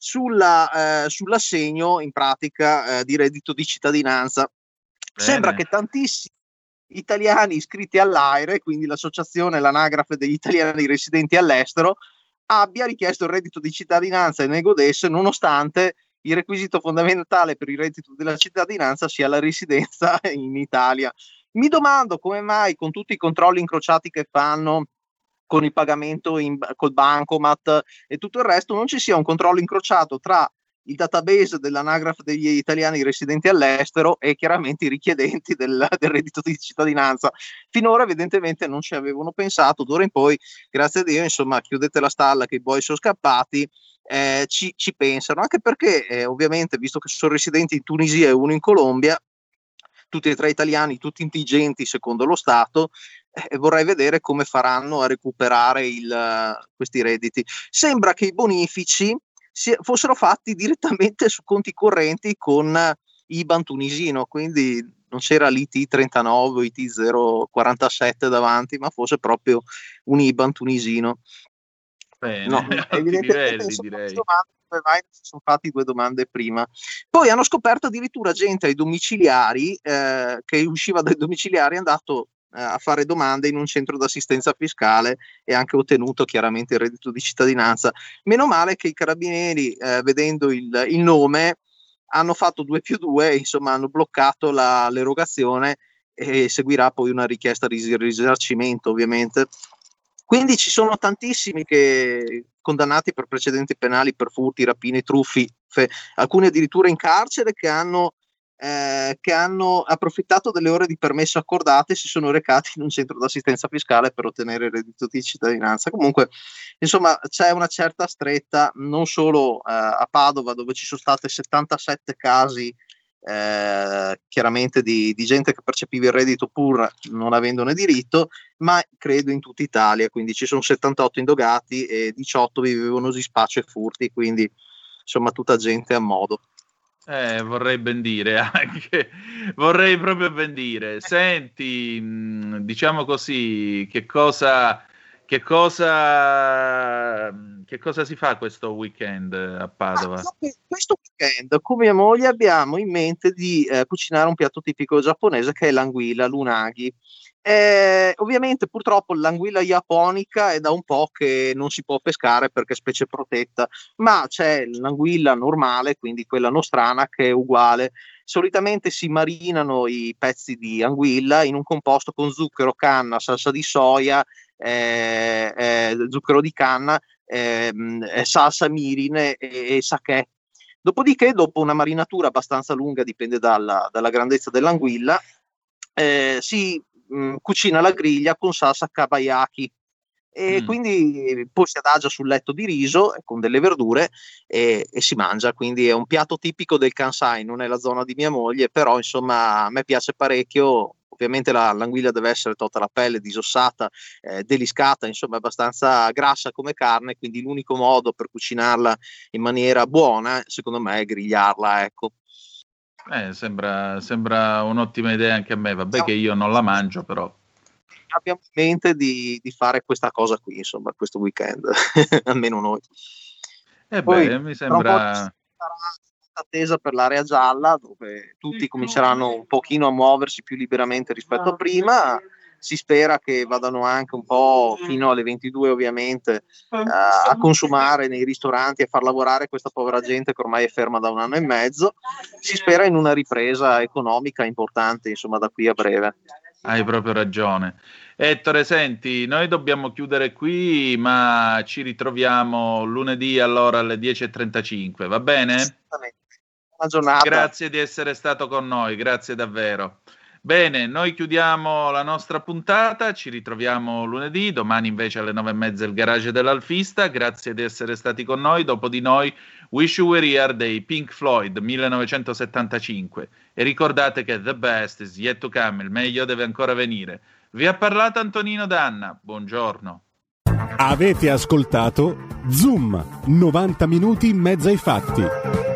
sull'assegno in pratica di reddito di cittadinanza. Bene. Sembra che tantissimi italiani iscritti all'AIRE, quindi l'associazione, l'anagrafe degli italiani residenti all'estero, abbia richiesto il reddito di cittadinanza e ne godesse, nonostante il requisito fondamentale per il reddito della cittadinanza sia la residenza in Italia. Mi domando come mai, con tutti i controlli incrociati che fanno, con il pagamento col bancomat e tutto il resto, non ci sia un controllo incrociato tra il database dell'anagrafe degli italiani residenti all'estero e chiaramente i richiedenti del reddito di cittadinanza. Finora evidentemente non ci avevano pensato, d'ora in poi, grazie a Dio, insomma, chiudete la stalla che i boy sono scappati, ci pensano, anche perché ovviamente, visto che sono residenti in Tunisia e uno in Colombia, tutti e tre italiani, tutti indigenti secondo lo Stato, vorrei vedere come faranno a recuperare questi redditi. Sembra che i bonifici fossero fatti direttamente su conti correnti con IBAN tunisino, quindi non c'era l'IT39 o IT047 davanti, ma fosse proprio un IBAN tunisino. Bene, no, evidentemente direi. Come mai si sono fatti 2 domande prima. Poi hanno scoperto addirittura gente ai domiciliari, che usciva dai domiciliari, è andato a fare domande in un centro d'assistenza fiscale e anche ottenuto chiaramente il reddito di cittadinanza. Meno male che i carabinieri, vedendo il nome, hanno fatto 2+2, insomma hanno bloccato l'erogazione e seguirà poi una richiesta di risarcimento ovviamente. Quindi ci sono tantissimi condannati per precedenti penali per furti, rapine, truffi, alcuni addirittura in carcere che hanno approfittato delle ore di permesso accordate e si sono recati in un centro d'assistenza fiscale per ottenere il reddito di cittadinanza. Comunque, insomma, c'è una certa stretta, non solo a Padova, dove ci sono state 77 casi chiaramente di gente che percepiva il reddito pur non avendone diritto, ma credo in tutta Italia, quindi ci sono 78 indagati e 18 vivevano di spaccio e furti, quindi insomma tutta gente a modo. Vorrei ben dire anche, vorrei proprio ben dire. Senti, diciamo così, che cosa si fa questo weekend a Padova? Questo weekend con mia moglie abbiamo in mente di cucinare un piatto tipico giapponese che è l'anguilla, l'unagi. Ovviamente purtroppo l'anguilla japonica è da un po' che non si può pescare perché è specie protetta, ma c'è l'anguilla normale, quindi quella nostrana, che è uguale. Solitamente si marinano i pezzi di anguilla in un composto con zucchero, canna, salsa di soia, zucchero di canna, salsa mirin e sake. Dopodiché, dopo una marinatura abbastanza lunga, dipende dalla grandezza dell'anguilla, si cucina alla griglia con salsa kabayaki e quindi poi si adagia sul letto di riso con delle verdure e si mangia. Quindi è un piatto tipico del Kansai, non è la zona di mia moglie, però insomma a me piace parecchio. Ovviamente l'anguilla deve essere tolta la pelle, disossata, deliscata, insomma abbastanza grassa come carne, quindi l'unico modo per cucinarla in maniera buona secondo me è grigliarla, ecco. Sembra un'ottima idea anche a me, vabbè che io non la mangio, però abbiamo in mente di fare questa cosa qui, insomma, questo weekend, almeno noi. Poi, mi sembra attesa per l'area gialla, dove tutti cominceranno un pochino a muoversi più liberamente rispetto a prima. Si spera che vadano anche un po' fino alle 22 ovviamente a consumare nei ristoranti e far lavorare questa povera gente che ormai è ferma da 1 anno e mezzo. Si spera in una ripresa economica importante, insomma, da qui a breve. Hai proprio ragione. Ettore, senti, noi dobbiamo chiudere qui, ma ci ritroviamo lunedì allora alle 10:35, va bene? Buona giornata. Grazie di essere stato con noi, grazie davvero. Bene, noi chiudiamo la nostra puntata, ci ritroviamo lunedì, domani invece alle 9:30 il garage dell'Alfista. Grazie di essere stati con noi. Dopo di noi Wish You Were Here dei Pink Floyd 1975, e ricordate che the best is yet to come, il meglio deve ancora venire. Vi ha parlato Antonino Danna, buongiorno. Avete ascoltato Zoom, 90 minuti in mezzo ai fatti.